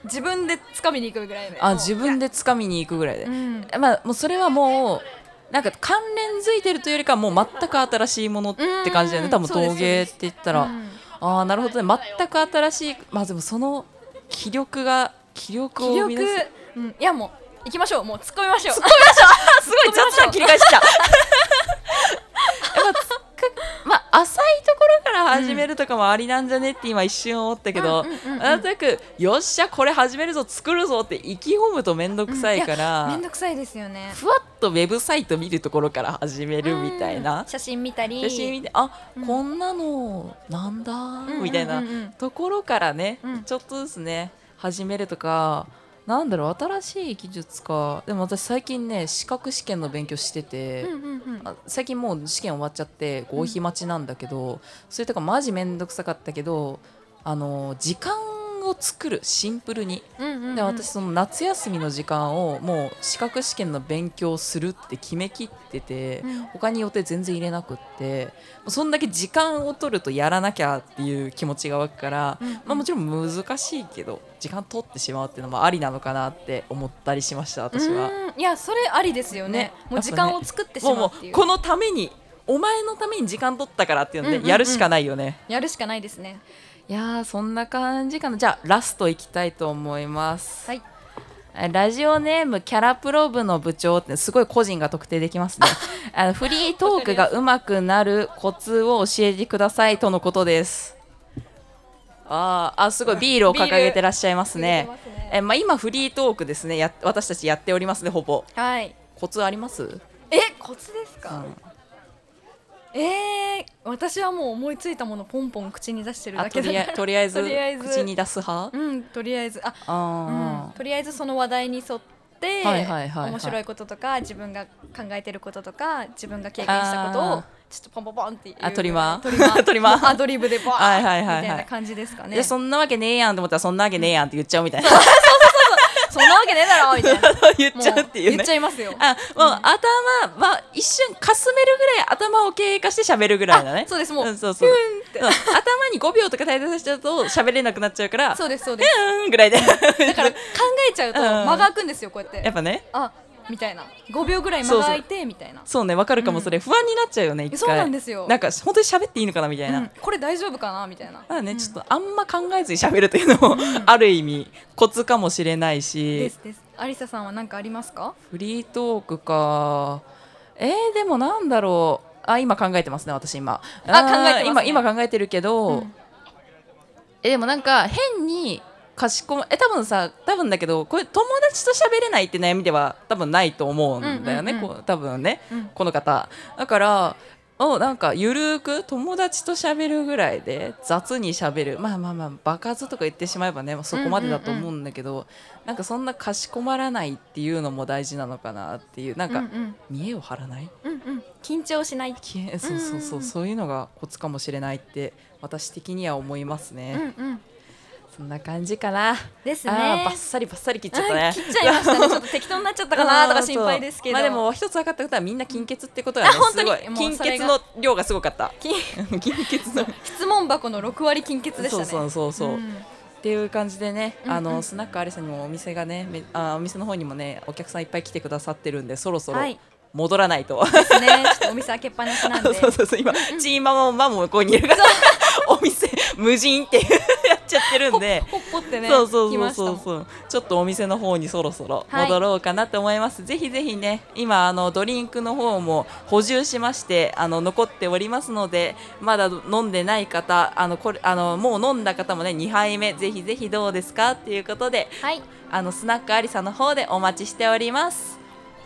自分で掴みに行くぐらいで。 自分で掴みに行くぐらいで、まあもうそれはもうなんか関連づいてるというよりかもう全く新しいものって感じだよね。多分陶芸って言ったら、なるほどね。全く新しい、まあでもその気力を生み出す。 いやもう行きましょう。もう突っ込みましょう。 すごい雑な切り返しちゃう。まあ浅いところから始めるとかもありなんじゃねって今一瞬思ったけど、なんとなくよっしゃこれ始めるぞ作るぞって意気込むとめんどくさいから、 めんどくさいですよね。 ふわっとウェブサイト見るところから始めるみたいな、 写真見たりこんなのなんだみたいなところからね、ちょっとずつね始めるとか。なんだろう、新しい技術か。でも私最近ね資格試験の勉強してて、最近もう試験終わっちゃって合否待ちなんだけど、それとかマジめんどくさかったけど、時間を作る、シンプルに、で私その夏休みの時間をもう資格試験の勉強するって決めきってて、他に予定全然入れなくって、そんだけ時間を取るとやらなきゃっていう気持ちが湧くから、まあもちろん難しいけど時間取ってしまうっていうのもありなのかなって思ったりしました、私は。 いやそれありですよね。もう時間を作ってしまうっていう、 このためにお前のために時間取ったからっていうのでやるしかないよね。 やるしかないですね。 いやそんな感じかな。じゃあラストいきたいと思います。 はい。 ラジオネームキャラプロ部の部長ってすごい個人が特定できますね。フリートークが上手くなるコツを教えてくださいとのことです。すごいビールを掲げてらっしゃいますね。まあ今フリートークですね。私たちやっておりますね、ほぼ。 はい。 コツあります？ コツですか？私はもう思いついたものポンポン口に出してるだけで、 とりあえず口に出す派？ とりあえずとりあえずその話題に沿って面白いこととか自分が考えてることとか自分が経験したことをちょっとポンポンポンっていうトリマアドリブでバーみたいな感じですかね。 そんなわけねえやんと思ったらそんなわけねえやんって言っちゃうみたいな。 そんなわけねえだろみたいな言っちゃうっていうね。 言っちゃいますよ。 もう頭一瞬かすめるぐらい頭を経過して喋るぐらいだね。 そうです。もう頭に5秒とか滞在させちゃうと喋れなくなっちゃうから、 そうですぐらいでだから考えちゃうと間が空くんですよ、こうやってやっぱね。 みたいな5秒ぐらい間が空いてみたいな。 そうね、わかるかも。それ不安になっちゃうよね、一回。 そうなんですよ。 なんか本当に喋っていいのかなみたいな、 これ大丈夫かなみたいな。 ちょっとあんま考えずに喋るというのもある意味コツかもしれないし。 です。アリサさんは何かありますか？ フリートークか。でもなんだろう。今考えてますね、私今。 考えてますね。 今考えてるけど、でもなんか変に多分だけど、これ友達と喋れないって悩みでは多分ないと思うんだよね、多分ね、この方だからなんかゆるーく友達と喋るぐらいで雑に喋る、まあ場数とか言ってしまえばね、そこまでだと思うんだけど、なんかそんなかしこまらないっていうのも大事なのかなっていう、なんか見栄を張らない、 緊張しない、 そういうのがコツかもしれないって私的には思いますね。そんな感じかな。 ですね。 バッサリ切っちゃったね。 切っちゃいましたね。ちょっと適当になっちゃったかなとか心配ですけど。 でも一つ分かったことはみんな金欠ってことはね、すごい金欠の量がすごかった。金欠の質問箱の6割金欠でしたね。 そう。っていう感じでね、スナックアリサにもお店がね、お店の方にもねお客さんいっぱい来てくださってるんで、そろそろ戻らないと。 ですね。ちょっとお店開けっぱなしなんで。 そう今チーママもここにいるからお店無人ってやっちゃってるんで、 ほっぽってね。 そうちょっとお店の方にそろそろ戻ろうかなと思います。ぜひぜひね、今ドリンクの方も補充しまして残っておりますので、まだ飲んでない方もう飲んだ方もね2杯目ぜひぜひどうですかっていうことで、スナックアリサの方でお待ちしております。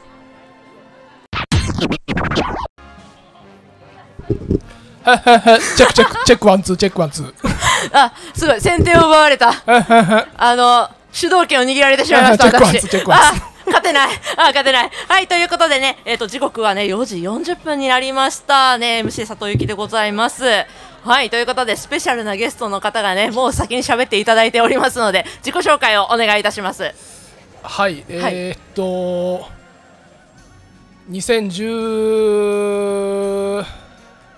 チェックワンツーすごい先手を奪われた。主導権を握られてしまいました。私勝てないはい、ということでね、時刻はね4時40分になりましたね。 MC 佐藤由紀でございます。はい、ということでスペシャルなゲストの方がねもう先に喋っていただいておりますので、自己紹介をお願いいたします。 はい、2010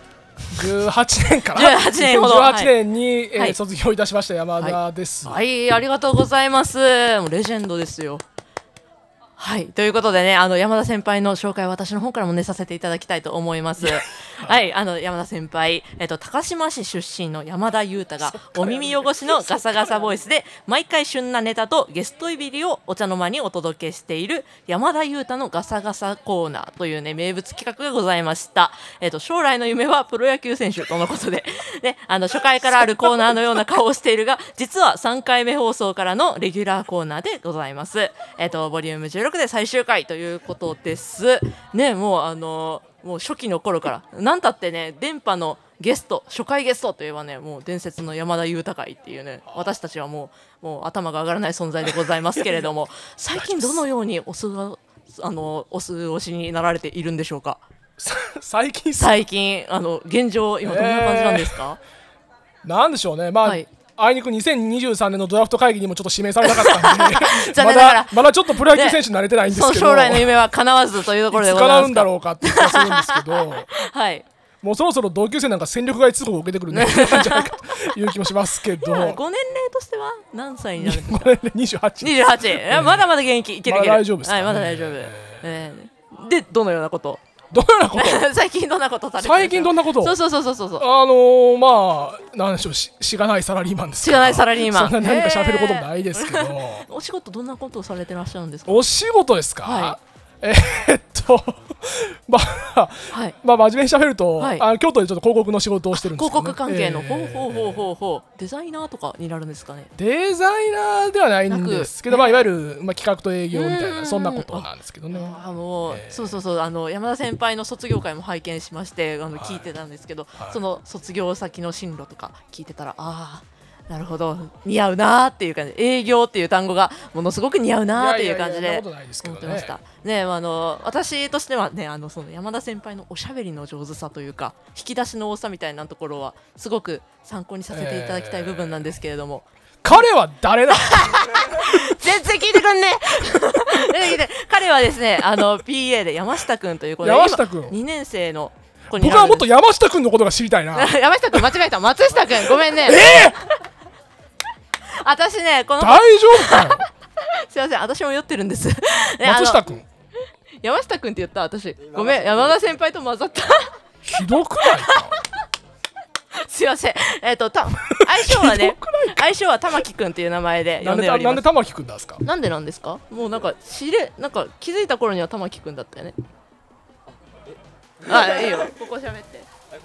18年かな。 18年ほど。 18年に、卒業いたしました山田です。 はい、ありがとうございます。もうレジェンドですよ。はい、ということでね、山田先輩の紹介は私の方からもねさせていただきたいと思います。はい、山田先輩、高島市出身の山田裕太がお耳汚しのガサガサボイスで毎回旬なネタとゲストいびりをお茶の間にお届けしている山田裕太のガサガサコーナーというね名物企画がございました。将来の夢はプロ野球選手とのことで、ね、初回からあるコーナーのような顔をしているが、実は3回目放送からのレギュラーコーナーでございます。ボリューム16で最終回ということですね。もう初期の頃からなんたってね、電波のゲスト、初回ゲストといえばね、もう伝説の山田裕太会っていうね、私たちはもう頭が上がらない存在でございますけれども最近どのようにお過ごしになられているんでしょうか。 最近現状今どんな感じなんですか。 なんでしょうね、まあ、あいにく2023年のドラフト会議にもちょっと指名されなかったんでまだちょっとプロ野球選手になれてないんですけど、 将来の夢は叶わずというところでございます。 いつ叶うんだろうかっていう気がするんですけどはい、 もうそろそろ同級生なんか戦力外通告を受けてくるんじゃないかという気もしますけどご年齢としては何歳になるんですか。 ご年齢 28、まだまだ現役いけるいける、 まだ大丈夫ですかね。 はい、まだ大丈夫、でどのようなこと最近どんなことされてるんですか。 最近どんなことそうまあなんでしょう、しがないサラリーマンです。 しがないサラリーマン、 そんな何か喋ることもないですけどお仕事どんなことをされてらっしゃるんですか。 お仕事ですか、 はい、 まあ真面目に喋ると、京都でちょっと広告の仕事をしてるんですけど、ね、 広告関係の、ほうデザイナーとかになるんですかね。 デザイナーではないんですけど、いわゆる、企画と営業みたいなそんなことなんですけどね。 そう山田先輩の卒業会も拝見しまして聞いてたんですけど、その卒業先の進路とか聞いてたら、なるほど似合うなーっていう感じ、営業っていう単語がものすごく似合うなーっていう感じで思ってましたね。私としてはね、その山田先輩のおしゃべりの上手さというか引き出しの多さみたいなところはすごく参考にさせていただきたい部分なんですけれども、 彼は誰だ全然聞いてくんね彼はですねPA で山下くんという子で、 山下くん 2年生の僕はもっと山下くんのことが知りたいな山下くん間違えた、松下くんごめんね私ねこの大丈夫かよすいません、私も酔ってるんです松下くん山下くんって言った私ごめん、山田先輩と混ざったひどくないかすいません、相性は玉木くんっていう名前で呼んでおります。 なんで玉木くんなんですか。 なんでなんですか。もうなんか気づいた頃には玉木くんだったよね。いいよ、ここ喋って。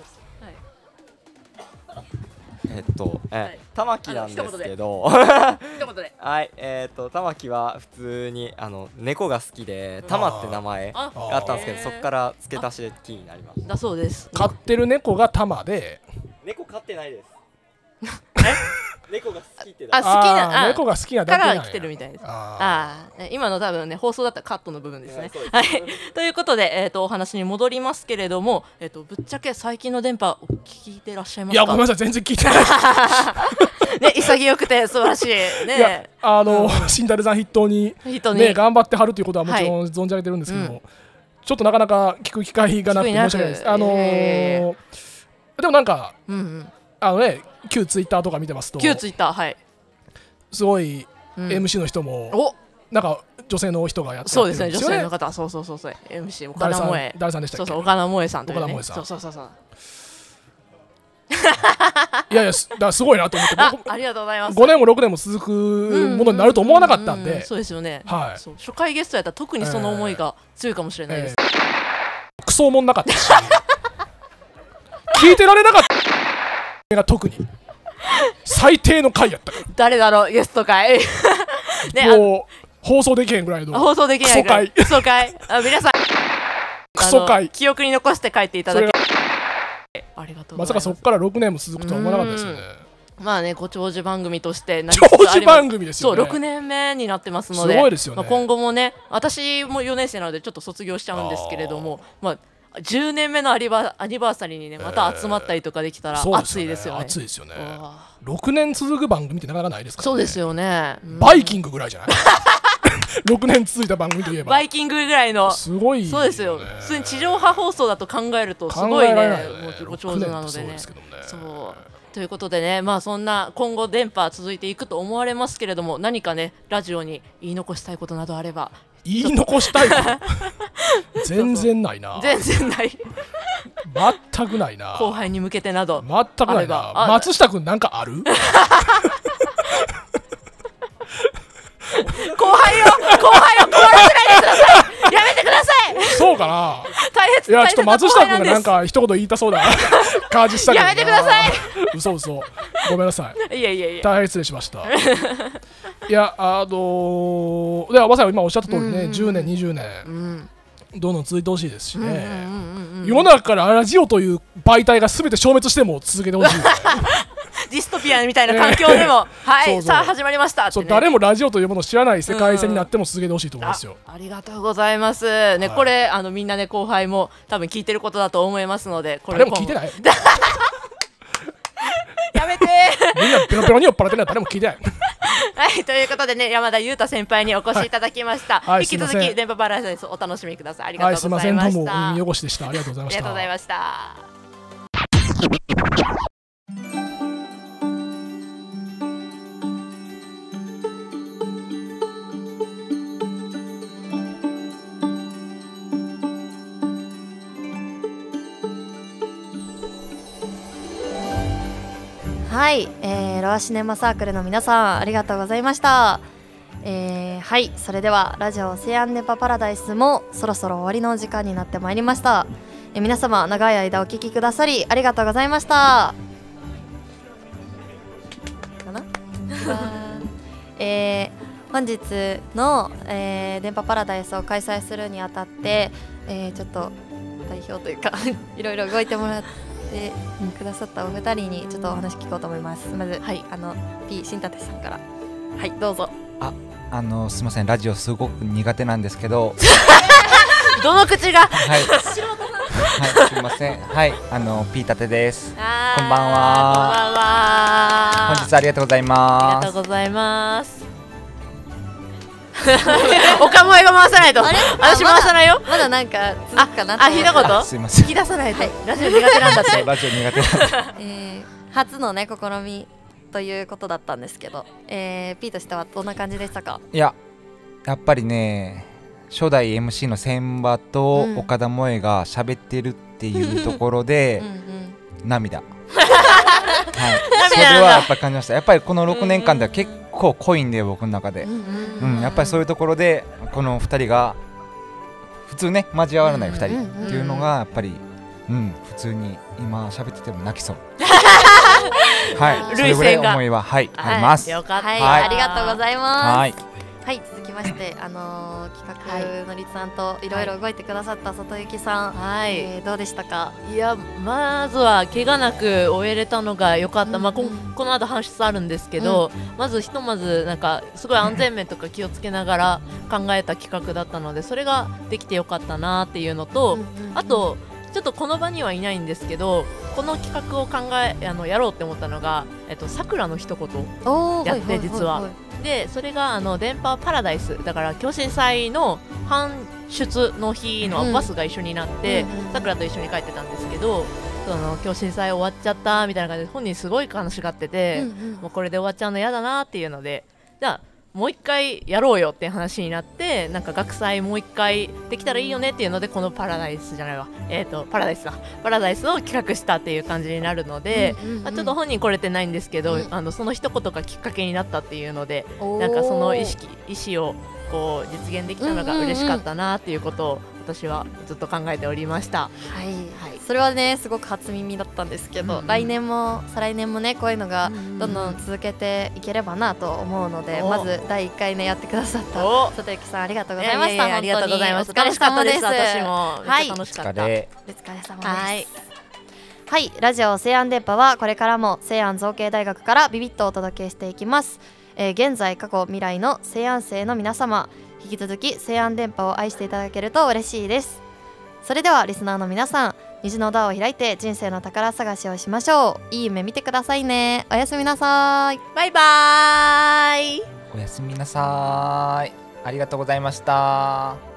玉木なんですけどはい、玉木は普通に猫が好きで玉って名前があったんですけど、そこから付け足しで木になりました。 だそうです。 飼ってる猫が玉で。 猫飼ってないです猫が好きって猫が好きなだけから来てるみたいです。今の多分ね放送だったらカットの部分ですね。はい。ということでお話に戻りますけれども、ぶっちゃけ最近の電波聞いてらっしゃいますか。 いやごめんなさい、全然聞いてないね、潔くて素晴らしいね。 シンタルさん筆頭にね頑張ってはるということはもちろん存じ上げてるんですけども、ちょっとなかなか聞く機会がなくて申し訳ないです。でもなんか旧ツイッターとか見てますと、 旧ツイッター、はい、 すごい MC の人もなんか女性の人がやってるんですよね。 そうですね、女性の方、そう MC 岡田萌誰さんでしたっけ。 岡田萌さんというね。 そういやだからすごいなと思って、 ありがとうございます。 5年も6年も続くものになると思わなかったんで。 そうですよね。初回ゲストやったら特にその思いが強いかもしれないです。 クソおもんなかったし聞いてられなかったが特に最低の回やったから。 誰だろう、ゲスト回もう放送できへんぐらいの放送できないぐらいクソ回皆さんクソ回記憶に残して帰っていただけありがとうございます。 まさかそこから6年も続くとは思わなかったですよね。 まあね、ご長寿番組として長寿番組ですよね。 そう6年目になってますので、 すごいですよね。 今後もね、私も4年生なのでちょっと卒業しちゃうんですけれども、10年目のアニバーサリーにねまた集まったりとかできたら熱いですよね。 熱いですよね。6年続く番組ってなかなかないですからね。 そうですよね。 バイキングぐらいじゃない 6年続いた番組といえばバイキングぐらいのすごい、 そうですよ。普通に地上波放送だと考えるとすごいね、ご上手なのでね。そうということでね、まあそんな今後電波続いていくと思われますけれども、何かねラジオに言い残したいことなどあれば。 言い残したいこと全然ないな。 全然ない。 全くないな。 後輩に向けてなど全くないな。松下くんなんかある？ 後輩を困らせないでください。やめてください。 そうかな。 大変。 いやちょっと松下君がなんか一言言いたそうだ感じしたけど。 やめてください。 嘘ごめんなさい。 いや大変失礼しました。いやではまさに今おっしゃった通りね、10年20年どんどん続いてほしいですしね。世の中からラジオという媒体が全て消滅しても続けてほしい。 ディストピアみたいな環境でもはいさあ始まりましたってね。 誰もラジオというものを知らない世界線になっても続けてほしいと思いますよ。 ありがとうございますね。これみんなね後輩も多分聞いてることだと思いますので、これ誰も聞いてない。 やめて。 みんなペロペロに酔っ払ってない。誰も聞いてない。 はいということでね、山田裕太先輩にお越しいただきました。引き続き電波パラダイスお楽しみください。ありがとうございました。 すみません、どうも耳汚しでした。ありがとうございました。 ありがとうございました。 はい、ロアシネマサークルの皆さんありがとうございました。はい、それではラジオセアンネパパラダイスもそろそろ終わりの時間になってまいりました。皆様長い間お聞きくださりありがとうございました。かな本日の、電波パラダイスを開催するにあたって、ちょっと代表というかいろいろ動いてもらってくださったお二人にちょっとお話聞こうと思います。まず、はい、P 新立さんからはいどうぞ。 すみません、ラジオすごく苦手なんですけどどの口がはいすみません。はいP 立です。こんばんは。本日ありがとうございます。 ありがとうございます。おかもえが回さないと。私回さないよ。 まだなんか続くかな。 ひどいこと。 すいません。 引き出さないと。ラジオ苦手なんだって。 ラジオ苦手なんだ。 初のね試みということだったんですけど、P としてはどんな感じでしたか？ いやっぱりね、初代 MC の千葉と岡田萌が喋ってるっていうところで涙。それはやっぱり感じました。やっぱりこの6年間では結構濃いんで僕の中で、やっぱりそういうところでこの2人が普通ね交わらない2人っていうのがやっぱり普通に今喋ってても泣きそう。はい、それぐらい思いはあります。 よかった。ありがとうございます。はい、続きまして企画のりつさんといろいろ動いてくださった里幸さん、どうでしたか？ いやまずは怪我なく終えれたのが良かった。この後搬出あるんですけど、まずなんかすごい安全面とか気をつけながら考えた企画だったので、それができてよかったなっていうのと、あとちょっとこの場にはいないんですけど、この企画をやろうって思ったのがさくらの一言やって実は。でそれが電波パラダイスだから共振祭の搬出の日のバスが一緒になってさくらと一緒に帰ってたんですけど、共振祭終わっちゃったみたいな感じで本人すごい悲しがってて、もうこれで終わっちゃうの嫌だなっていうので、じゃあもう一回やろうよっていう話になって、なんか学祭もう一回できたらいいよねっていうので、このパラダイスじゃないわパラダイスを企画したっていう感じになるので、ちょっと本人来れてないんですけど、その一言がきっかけになったっていうので、なんかその意思をこう実現できたのが嬉しかったなっていうことを私はずっと考えておりました。 それはねすごく初耳だったんですけど、来年も再来年もねこういうのがどんどん続けていければなと思うので、まず第1回ねやってくださった里幸さんありがとうございました。 ありがとうございます。 楽しかったです。 私もめっちゃ楽しかった。 お疲れ様です。はい、ラジオ西安電波はこれからも西安造形大学からビビッとお届けしていきます。現在過去未来の西安生の皆様、引き続き西安電波を愛していただけると嬉しいです。それではリスナーの皆さん、虹のドアを開いて人生の宝探しをしましょう。いい夢見てくださいね。おやすみなさい。 バイバーイ。 おやすみなさい。 ありがとうございました。